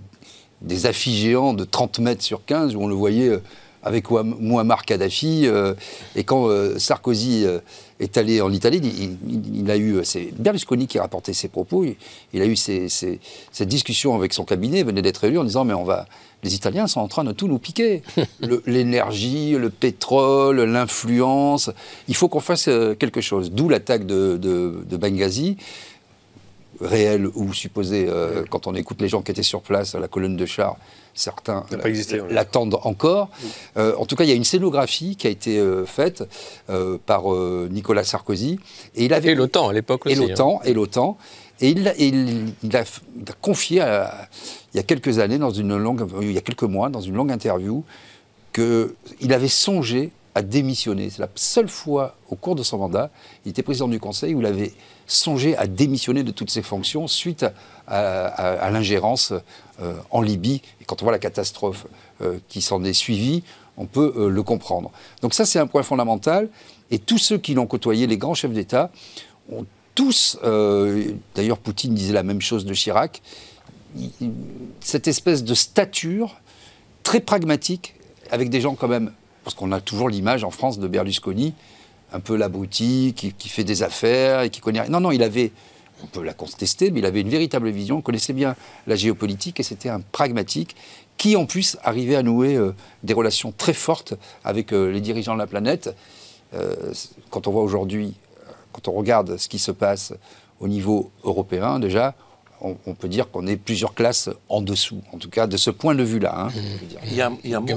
des affiches géants de 30 mètres sur 15 où on le voyait avec Mouammar Kadhafi. Et quand Sarkozy est allé en Italie, il a eu... C'est Berlusconi qui a rapporté ses propos. Il a eu cette discussion avec son cabinet, venait d'être élu, en disant « mais les Italiens sont en train de tout nous piquer. L'énergie, le pétrole, l'influence. Il faut qu'on fasse quelque chose. » D'où l'attaque de Benghazi, réelle ou supposée, quand on écoute les gens qui étaient sur place à la colonne de chars, certains l'attendent encore. En tout cas, il y a une scénographie qui a été faite par Nicolas Sarkozy. Et l'OTAN à l'époque aussi. Et l'OTAN. Et il a confié, il y a quelques années, il y a quelques mois, dans une longue interview, qu'il avait songé à démissionner. C'est la seule fois au cours de son mandat, il était président du Conseil, où il avait songé à démissionner de toutes ses fonctions suite à l'ingérence en Libye. Et quand on voit la catastrophe qui s'en est suivie, on peut le comprendre. Donc ça, c'est un point fondamental. Et tous ceux qui l'ont côtoyé, les grands chefs d'État, ont tous, d'ailleurs Poutine disait la même chose de Chirac, cette espèce de stature très pragmatique, avec des gens quand même, parce qu'on a toujours l'image en France de Berlusconi, un peu l'abruti, qui fait des affaires et qui connaît rien. Non, il avait, on peut la contester, mais il avait une véritable vision, il connaissait bien la géopolitique et c'était un pragmatique qui en plus arrivait à nouer des relations très fortes avec les dirigeants de la planète. Quand on voit aujourd'hui, quand on regarde ce qui se passe au niveau européen, déjà, on peut dire qu'on est plusieurs classes en dessous, en tout cas de ce point de vue-là. Il y a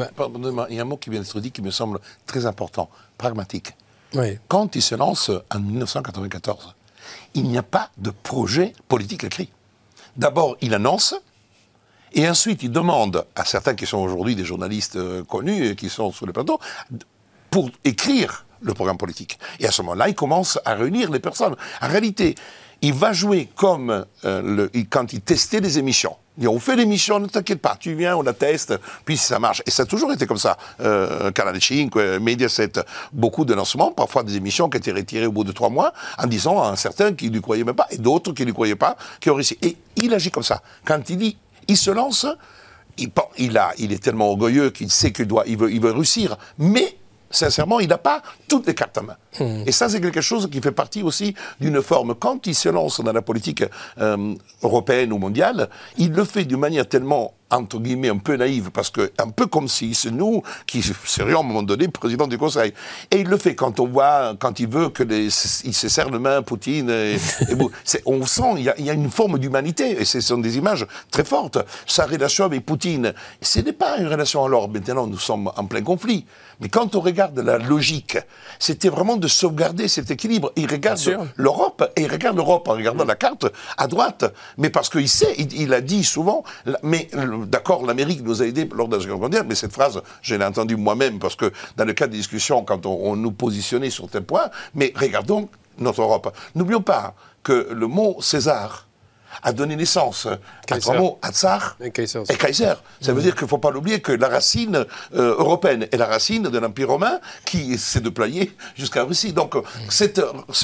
un mot qui vient d'être dit qui me semble très important, pragmatique. Oui. Quand il se lance en 1994, il n'y a pas de projet politique écrit. D'abord, il annonce, et ensuite il demande à certains qui sont aujourd'hui des journalistes connus et qui sont sur le plateau, pour écrire le programme politique. Et à ce moment-là, il commence à réunir les personnes. En réalité, il va jouer comme quand il testait les émissions. On fait l'émission, ne t'inquiète pas, tu viens, on la teste, puis ça marche. Et ça a toujours été comme ça. Canal 5, Mediaset, beaucoup de lancements, parfois des émissions qui étaient retirées au bout de 3 mois, en disant à certains qui ne lui croyaient même pas, et d'autres qui ne lui croyaient pas, qui ont réussi. Et il agit comme ça. Quand il dit, il se lance, il est tellement orgueilleux qu'il sait qu'il veut réussir, mais sincèrement, il n'a pas toutes les cartes en main. Et ça, c'est quelque chose qui fait partie aussi d'une forme. Quand il se lance dans la politique européenne ou mondiale, il le fait d'une manière tellement, entre guillemets, un peu naïve, parce que, un peu comme si c'est nous qui serions à un moment donné président du Conseil. Et il le fait quand il veut il se serre la main, Poutine, on sent, il y a une forme d'humanité, et ce sont des images très fortes. Sa relation avec Poutine, ce n'est pas une relation, alors maintenant nous sommes en plein conflit, mais quand on regarde la logique, c'était vraiment de sauvegarder cet équilibre. Il regarde l'Europe, et il regarde l'Europe en regardant la carte à droite, mais parce qu'il sait, il a dit souvent, mais d'accord, l'Amérique nous a aidés lors de la Seconde Guerre mondiale, mais cette phrase, je l'ai entendue moi-même, parce que dans le cadre des discussions, quand on nous positionnait sur tel point, mais regardons notre Europe. N'oublions pas que le mot César a donné naissance à trois mots, à Tsar et Kaiser. Ça veut dire qu'il ne faut pas l'oublier que la racine européenne est la racine de l'Empire romain qui s'est déployé jusqu'à la Russie. Donc cette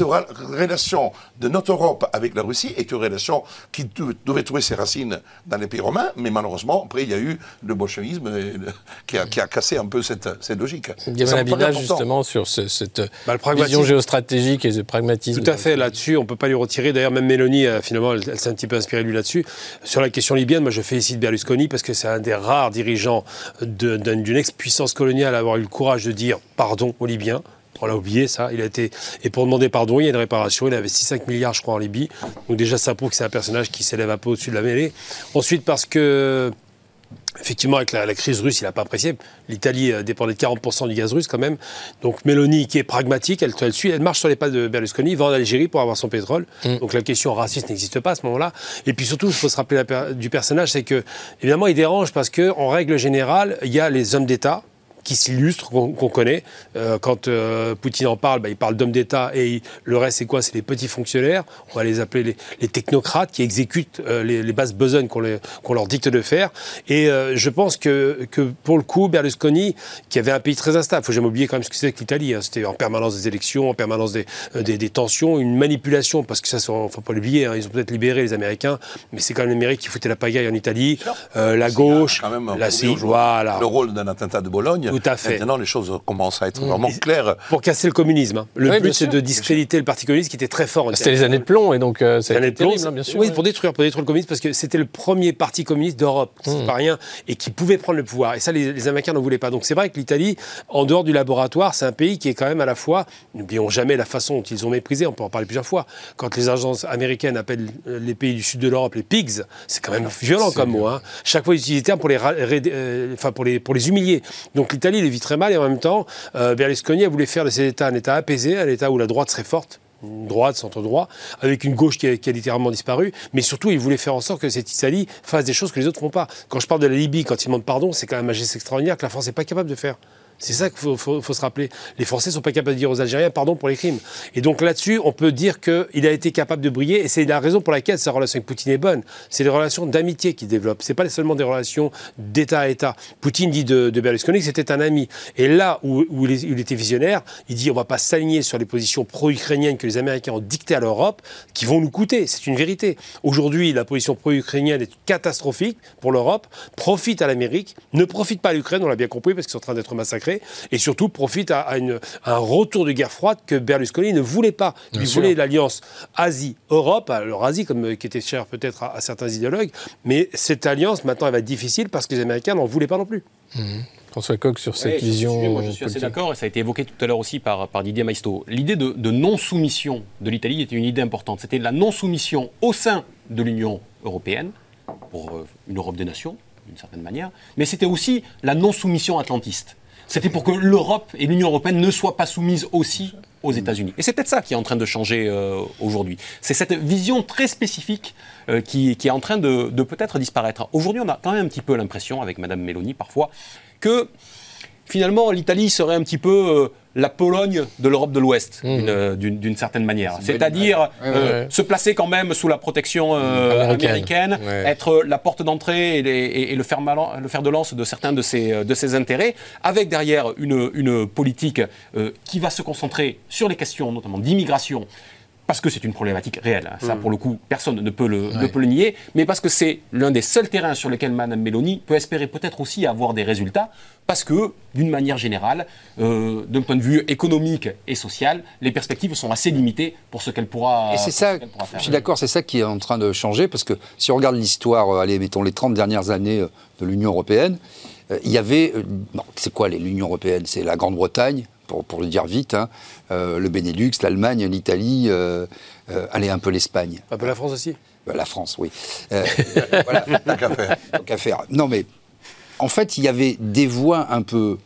relation de notre Europe avec la Russie est une relation qui devait trouver ses racines dans l'Empire romain, mais malheureusement, après, il y a eu le bolchevisme qui a cassé un peu cette logique. Gamal Abina, justement, sur cette vision géostratégique et ce pragmatisme. Tout à fait, là-dessus, on ne peut pas lui retirer. D'ailleurs, même Meloni, finalement, elle s'est un petit peu inspirée de lui là-dessus. Sur la question libyenne, moi, je félicite Berlusconi parce que c'est un des rares dirigeants d'une ex-puissance coloniale à avoir eu le courage de dire pardon aux Libyens. On l'a oublié, ça. Et pour demander pardon, il y a une réparation. Il a investi 5 milliards, je crois, en Libye. Donc déjà, ça prouve que c'est un personnage qui s'élève un peu au-dessus de la mêlée. Ensuite, parce que, effectivement, avec la crise russe, il n'a pas apprécié. L'Italie dépendait de 40% du gaz russe, quand même. Donc Meloni, qui est pragmatique, elle marche sur les pas de Berlusconi, va en Algérie pour avoir son pétrole. Donc la question raciste n'existe pas à ce moment-là. Et puis surtout, il faut se rappeler du personnage, c'est que, évidemment, il dérange parce qu'en règle générale, il y a les hommes d'État qui s'illustrent, qu'on connaît. Quand Poutine en parle, il parle d'hommes d'État et le reste, c'est quoi? C'est les petits fonctionnaires, on va les appeler les technocrates qui exécutent les basses besognes qu'on leur dicte de faire. Et je pense que pour le coup, Berlusconi, qui avait un pays très instable, il ne faut jamais oublier quand même ce que c'était que l'Italie. C'était en permanence des élections, en permanence des tensions, une manipulation, parce que ça, il ne faut pas l'oublier, ils ont peut-être libéré les Américains, mais c'est quand même l'Amérique qui foutait la pagaille en Italie, la gauche, voilà. Le rôle d'un attentat de Bologne. Tout à fait. Maintenant, les choses commencent à être vraiment claires. Pour casser le communisme. Le but, c'est de discréditer le Parti communiste qui était très fort. C'était les années de plomb, et donc ça a été terrible, bien sûr. Oui, pour détruire le communisme, parce que c'était le premier parti communiste d'Europe, c'est pas rien, et qui pouvait prendre le pouvoir. Et ça, les Américains n'en voulaient pas. Donc c'est vrai que l'Italie, en dehors du laboratoire, c'est un pays qui est quand même à la fois, n'oublions jamais la façon dont ils ont méprisé, on peut en parler plusieurs fois. Quand les agences américaines appellent les pays du sud de l'Europe les pigs, c'est quand même violent comme mot. Chaque fois, ils utilisent le terme pour les humilier. Donc l'Italie le vit très mal, et en même temps, Berlusconi a voulu faire de cet État un État apaisé, un État où la droite serait forte, droite, centre-droit, avec une gauche qui a littéralement disparu, mais surtout il voulait faire en sorte que cette Italie fasse des choses que les autres ne font pas. Quand je parle de la Libye, quand ils demandent pardon, c'est quand même un geste extraordinaire que la France n'est pas capable de faire. C'est ça qu'il faut se rappeler. Les Français ne sont pas capables de dire aux Algériens pardon pour les crimes. Et donc là-dessus, on peut dire qu'il a été capable de briller, et c'est la raison pour laquelle sa relation avec Poutine est bonne. C'est des relations d'amitié qu'il développe. Ce n'est pas seulement des relations d'État à État. Poutine dit de Berlusconi que c'était un ami. Et là où il était visionnaire, il dit on ne va pas s'aligner sur les positions pro-ukrainiennes que les Américains ont dictées à l'Europe, qui vont nous coûter. C'est une vérité. Aujourd'hui, la position pro-ukrainienne est catastrophique pour l'Europe, profite à l'Amérique, ne profite pas à l'Ukraine, on l'a bien compris, parce qu'ils sont en train d'être massacrés. Et surtout profite à un retour de guerre froide que Berlusconi ne voulait pas. Il voulait l'alliance Asie-Europe, alors Asie qui était chère peut-être à certains idéologues, mais cette alliance maintenant elle va être difficile parce que les Américains n'en voulaient pas non plus. François Coq sur cette vision. Moi je suis assez d'accord, et ça a été évoqué tout à l'heure aussi par Didier Maisto. L'idée de non-soumission de l'Italie était une idée importante. C'était la non-soumission au sein de l'Union européenne, pour une Europe des nations, d'une certaine manière, mais c'était aussi la non-soumission atlantiste. C'était pour que l'Europe et l'Union européenne ne soient pas soumises aussi aux États-Unis. Et c'est peut-être ça qui est en train de changer aujourd'hui. C'est cette vision très spécifique qui est en train de peut-être disparaître. Aujourd'hui, on a quand même un petit peu l'impression, avec Madame Meloni parfois, que finalement l'Italie serait un petit peu la Pologne de l'Europe de l'Ouest, d'une certaine manière. C'est-à-dire se placer quand même sous la protection américaine, être la porte d'entrée et le fer de lance de certains de ses intérêts, avec derrière une politique qui va se concentrer sur les questions notamment d'immigration, parce que c'est une problématique réelle. Ça, pour le coup, personne ne peut le nier, mais parce que c'est l'un des seuls terrains sur lesquels Mme Meloni peut espérer peut-être aussi avoir des résultats, parce que, d'une manière générale, d'un point de vue économique et social, les perspectives sont assez limitées pour ce qu'elle pourra faire. Et c'est ça, je suis d'accord, c'est ça qui est en train de changer, parce que si on regarde l'histoire, mettons les 30 dernières années de l'Union européenne, il y avait... c'est quoi l'Union européenne? C'est la Grande-Bretagne, pour le dire vite, le Benelux, l'Allemagne, l'Italie, allez, un peu l'Espagne. Un peu la France aussi? La France, oui. Voilà, tant qu'à faire. Non, mais en fait, il y avait des voix un peu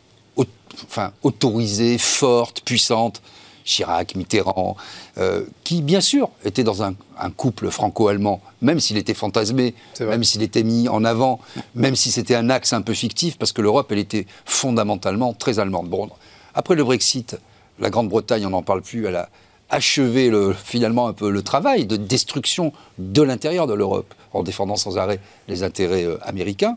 autorisées, fortes, puissantes, Chirac, Mitterrand, qui, bien sûr, étaient dans un couple franco-allemand, même s'il était fantasmé, même s'il était mis en avant, même si c'était un axe un peu fictif, parce que l'Europe, elle était fondamentalement très allemande. Bon, après le Brexit, la Grande-Bretagne, on n'en parle plus, elle achevé finalement un peu le travail de destruction de l'intérieur de l'Europe, en défendant sans arrêt les intérêts américains.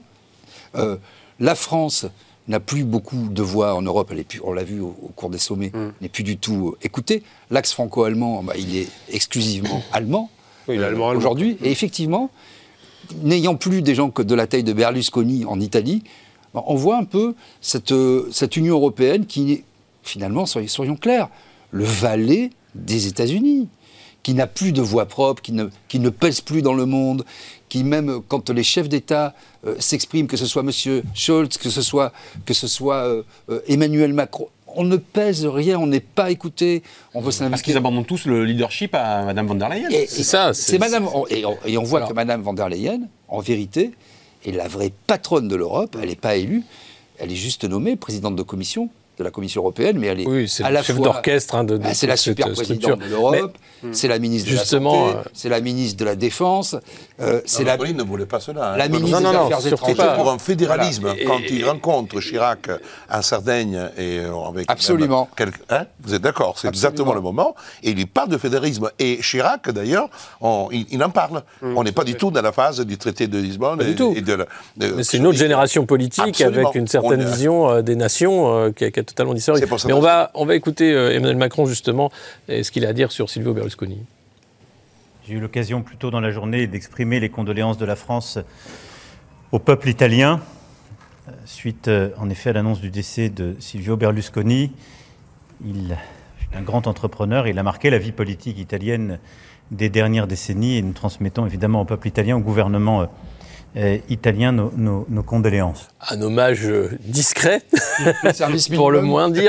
La France n'a plus beaucoup de voix en Europe, on l'a vu au cours des sommets, n'est plus du tout écoutée. L'axe franco-allemand, il est exclusivement allemand, aujourd'hui. Et effectivement, n'ayant plus des gens que de la taille de Berlusconi en Italie, on voit un peu cette Union européenne qui est, finalement, soyons clairs, le valet des États-Unis, qui n'a plus de voix propre, qui ne pèse plus dans le monde, qui même quand les chefs d'État s'expriment, que ce soit M. Scholz, que ce soit Emmanuel Macron, on ne pèse rien, on n'est pas écouté. On veut s'inviter. Parce qu'ils abandonnent tous le leadership à Mme von der Leyen. Et on voit que Mme von der Leyen, en vérité, est la vraie patronne de l'Europe. Elle n'est pas élue, elle est juste nommée présidente de commission, de la Commission européenne, mais elle est à la chef fois d'orchestre c'est la super présidente de l'Europe, c'est la ministre de la Santé, c'est la ministre de la Défense, c'est la ne voulait pas cela. La ministre des Affaires étrangères. Pour un fédéralisme, voilà. Quand il rencontre Chirac en Sardaigne et avec absolument. Vous êtes d'accord, c'est exactement le moment. Et il parle de fédéralisme. Et Chirac, d'ailleurs, il en parle. On n'est pas du tout dans la phase du traité de Lisbonne. Mais c'est une autre génération politique avec une certaine vision des nations qui est totalement différente. Mais on va écouter Emmanuel Macron, justement, et ce qu'il a à dire sur Silvio Berlusconi. J'ai eu l'occasion plus tôt dans la journée d'exprimer les condoléances de la France au peuple italien, suite en effet à l'annonce du décès de Silvio Berlusconi. Il est un grand entrepreneur, il a marqué la vie politique italienne des dernières décennies et nous transmettons évidemment au peuple italien, au gouvernement italien, nos condoléances. Un hommage discret, pour le moins dire.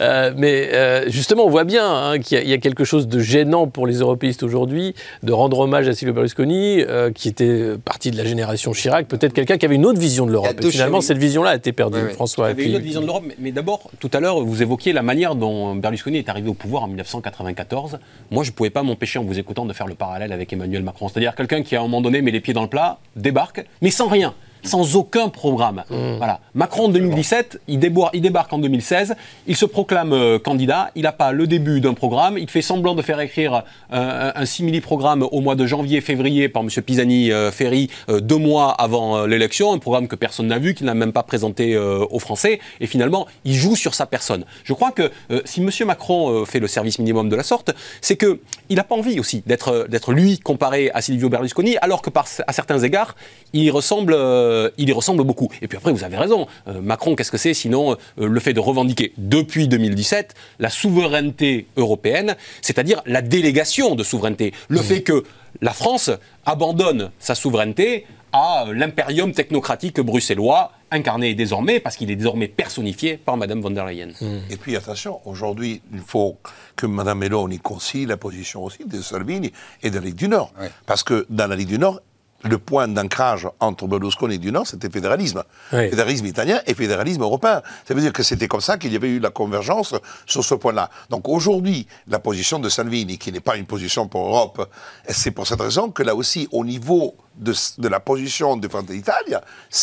Mais justement, on voit bien qu'il y a quelque chose de gênant pour les européistes aujourd'hui de rendre hommage à Silvio Berlusconi, qui était parti de la génération Chirac, peut-être quelqu'un qui avait une autre vision de l'Europe. Et finalement, cette vision-là a été perdue, François. Il y avait une autre vision de l'Europe, mais d'abord, tout à l'heure, vous évoquiez la manière dont Berlusconi est arrivé au pouvoir en 1994. Moi, je ne pouvais pas m'empêcher, en vous écoutant, de faire le parallèle avec Emmanuel Macron. C'est-à-dire quelqu'un qui, à un moment donné, met les pieds dans le plat, débarque, mais sans rien. Sans aucun programme. Voilà. Macron, en 2017, il débarque en 2016, il se proclame candidat, il n'a pas le début d'un programme, il fait semblant de faire écrire un simili-programme au mois de janvier-février par M. Pisani-Ferry, 2 mois avant l'élection, un programme que personne n'a vu, qu'il n'a même pas présenté aux Français, et finalement, il joue sur sa personne. Je crois que si M. Macron fait le service minimum de la sorte, c'est qu'il n'a pas envie aussi d'être lui comparé à Silvio Berlusconi, alors que à certains égards, il y ressemble beaucoup. Et puis après, vous avez raison. Macron, qu'est-ce que c'est sinon le fait de revendiquer depuis 2017 la souveraineté européenne, c'est-à-dire la délégation de souveraineté. Le fait que la France abandonne sa souveraineté à l'impérium technocratique bruxellois, incarné désormais, parce qu'il est désormais personnifié par Mme von der Leyen. Et puis attention, aujourd'hui, il faut que Mme Meloni concilie la position aussi de Salvini et de la Ligue du Nord. Oui. Parce que dans la Ligue du Nord, le point d'ancrage entre Berlusconi et du Nord, c'était fédéralisme. Oui. Fédéralisme italien et fédéralisme européen. Ça veut dire que c'était comme ça qu'il y avait eu la convergence sur ce point-là. Donc aujourd'hui, la position de Salvini, qui n'est pas une position pour l'Europe, c'est pour cette raison que là aussi, au niveau de la position de Fratelli d'Italia,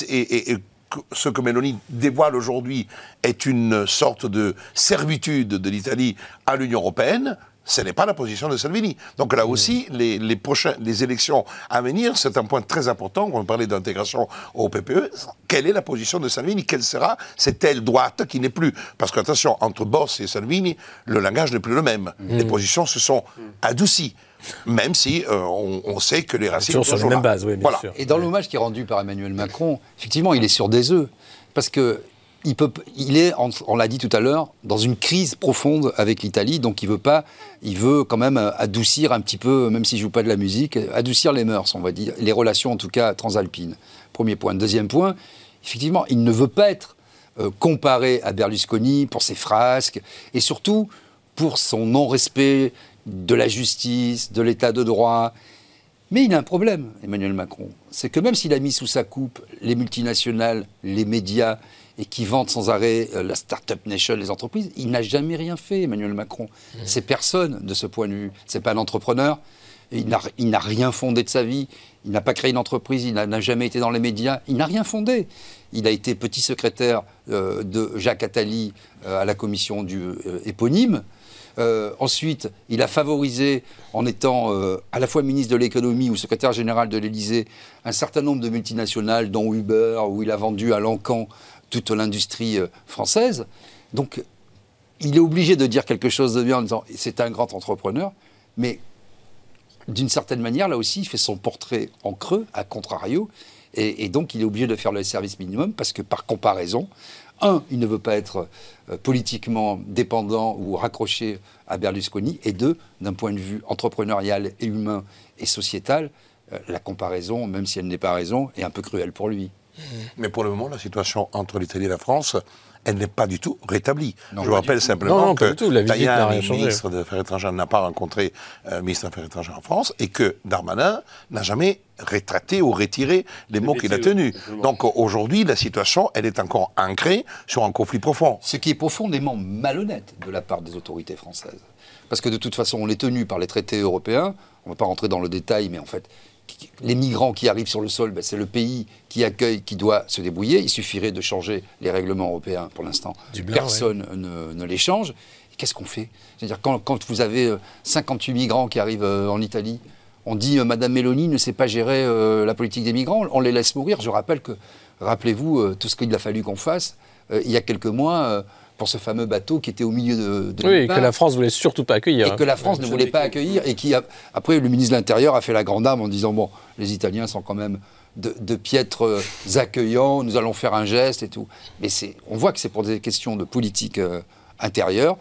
ce que Meloni dévoile aujourd'hui est une sorte de servitude de l'Italie à l'Union européenne. Ce n'est pas la position de Salvini. Donc là aussi, les élections à venir, c'est un point très important. On parlait d'intégration au PPE. Quelle est la position de Salvini? Quelle sera cette aile droite qui n'est plus? Parce qu'attention, entre Boss et Salvini, le langage n'est plus le même. Les positions se sont adoucies. Même si on sait que les racines sont sur la même base. Oui, bien sûr. Et dans l'hommage qui est rendu par Emmanuel Macron, effectivement, il est sur des œufs. Parce que il est, on l'a dit tout à l'heure, dans une crise profonde avec l'Italie, donc il veut quand même adoucir un petit peu, même s'il ne joue pas de la musique, adoucir les mœurs, on va dire, les relations en tout cas transalpines. Premier point. Deuxième point, effectivement, il ne veut pas être comparé à Berlusconi pour ses frasques, et surtout pour son non-respect de la justice, de l'état de droit. Mais il a un problème, Emmanuel Macron, c'est que même s'il a mis sous sa coupe les multinationales, les médias, et qui vantent sans arrêt la Startup Nation, les entreprises, il n'a jamais rien fait, Emmanuel Macron. C'est personne de ce point de vue. C'est pas un entrepreneur, il n'a rien fondé de sa vie, il n'a pas créé une entreprise, il n'a jamais été dans les médias, il n'a rien fondé. Il a été petit secrétaire de Jacques Attali à la commission éponyme. Ensuite, il a favorisé, en étant à la fois ministre de l'économie ou secrétaire général de l'Élysée, un certain nombre de multinationales, dont Uber, où il a vendu à l'encan toute l'industrie française. Donc, il est obligé de dire quelque chose de bien en disant « c'est un grand entrepreneur », mais d'une certaine manière, là aussi, il fait son portrait en creux, à contrario, et donc il est obligé de faire le service minimum, parce que par comparaison, il ne veut pas être politiquement dépendant ou raccroché à Berlusconi, et deux, d'un point de vue entrepreneurial et humain et sociétal, la comparaison, même si elle n'est pas raison, est un peu cruelle pour lui. Mais pour le moment, la situation entre l'Italie et la France, elle n'est pas du tout rétablie. Non, je vous rappelle simplement que Tajani, ministre des Affaires étrangères, n'a pas rencontré le ministre des Affaires étrangères en France, et que Darmanin n'a jamais rétracté ou retiré les mots qu'il a tenus. Donc aujourd'hui, la situation, elle est encore ancrée sur un conflit profond. Ce qui est profondément malhonnête de la part des autorités françaises. Parce que de toute façon, on est tenu par les traités européens, on ne va pas rentrer dans le détail, mais en fait, les migrants qui arrivent sur le sol, c'est le pays qui accueille, qui doit se débrouiller. Il suffirait de changer les règlements européens. Pour l'instant, personne ne les change. Et qu'est-ce qu'on fait? C'est-à-dire, quand vous avez 58 migrants qui arrivent en Italie, on dit Madame Meloni ne sait pas gérer la politique des migrants, on les laisse mourir. Je rappelle que, rappelez-vous, tout ce qu'il a fallu qu'on fasse il y a quelques mois pour ce fameux bateau qui était au milieu de oui, que la France ne voulait surtout pas accueillir. Et que la France ne voulait pas accueillir, et qui, après, le ministre de l'Intérieur a fait la grande dame en disant, bon, les Italiens sont quand même de piètres accueillants, nous allons faire un geste et tout. Mais on voit que c'est pour des questions de politique intérieure,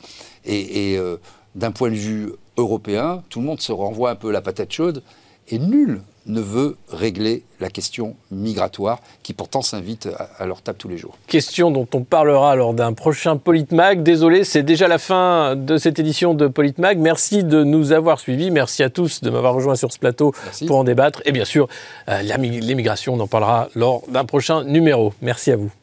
et d'un point de vue européen, tout le monde se renvoie un peu la patate chaude, et nul ne veut régler la question migratoire, qui pourtant s'invite à leur table tous les jours. Question dont on parlera lors d'un prochain Politmag. Désolé, c'est déjà la fin de cette édition de Politmag. Merci de nous avoir suivis. Merci à tous de m'avoir rejoint sur ce plateau pour en débattre. Et bien sûr, l'immigration, on en parlera lors d'un prochain numéro. Merci à vous.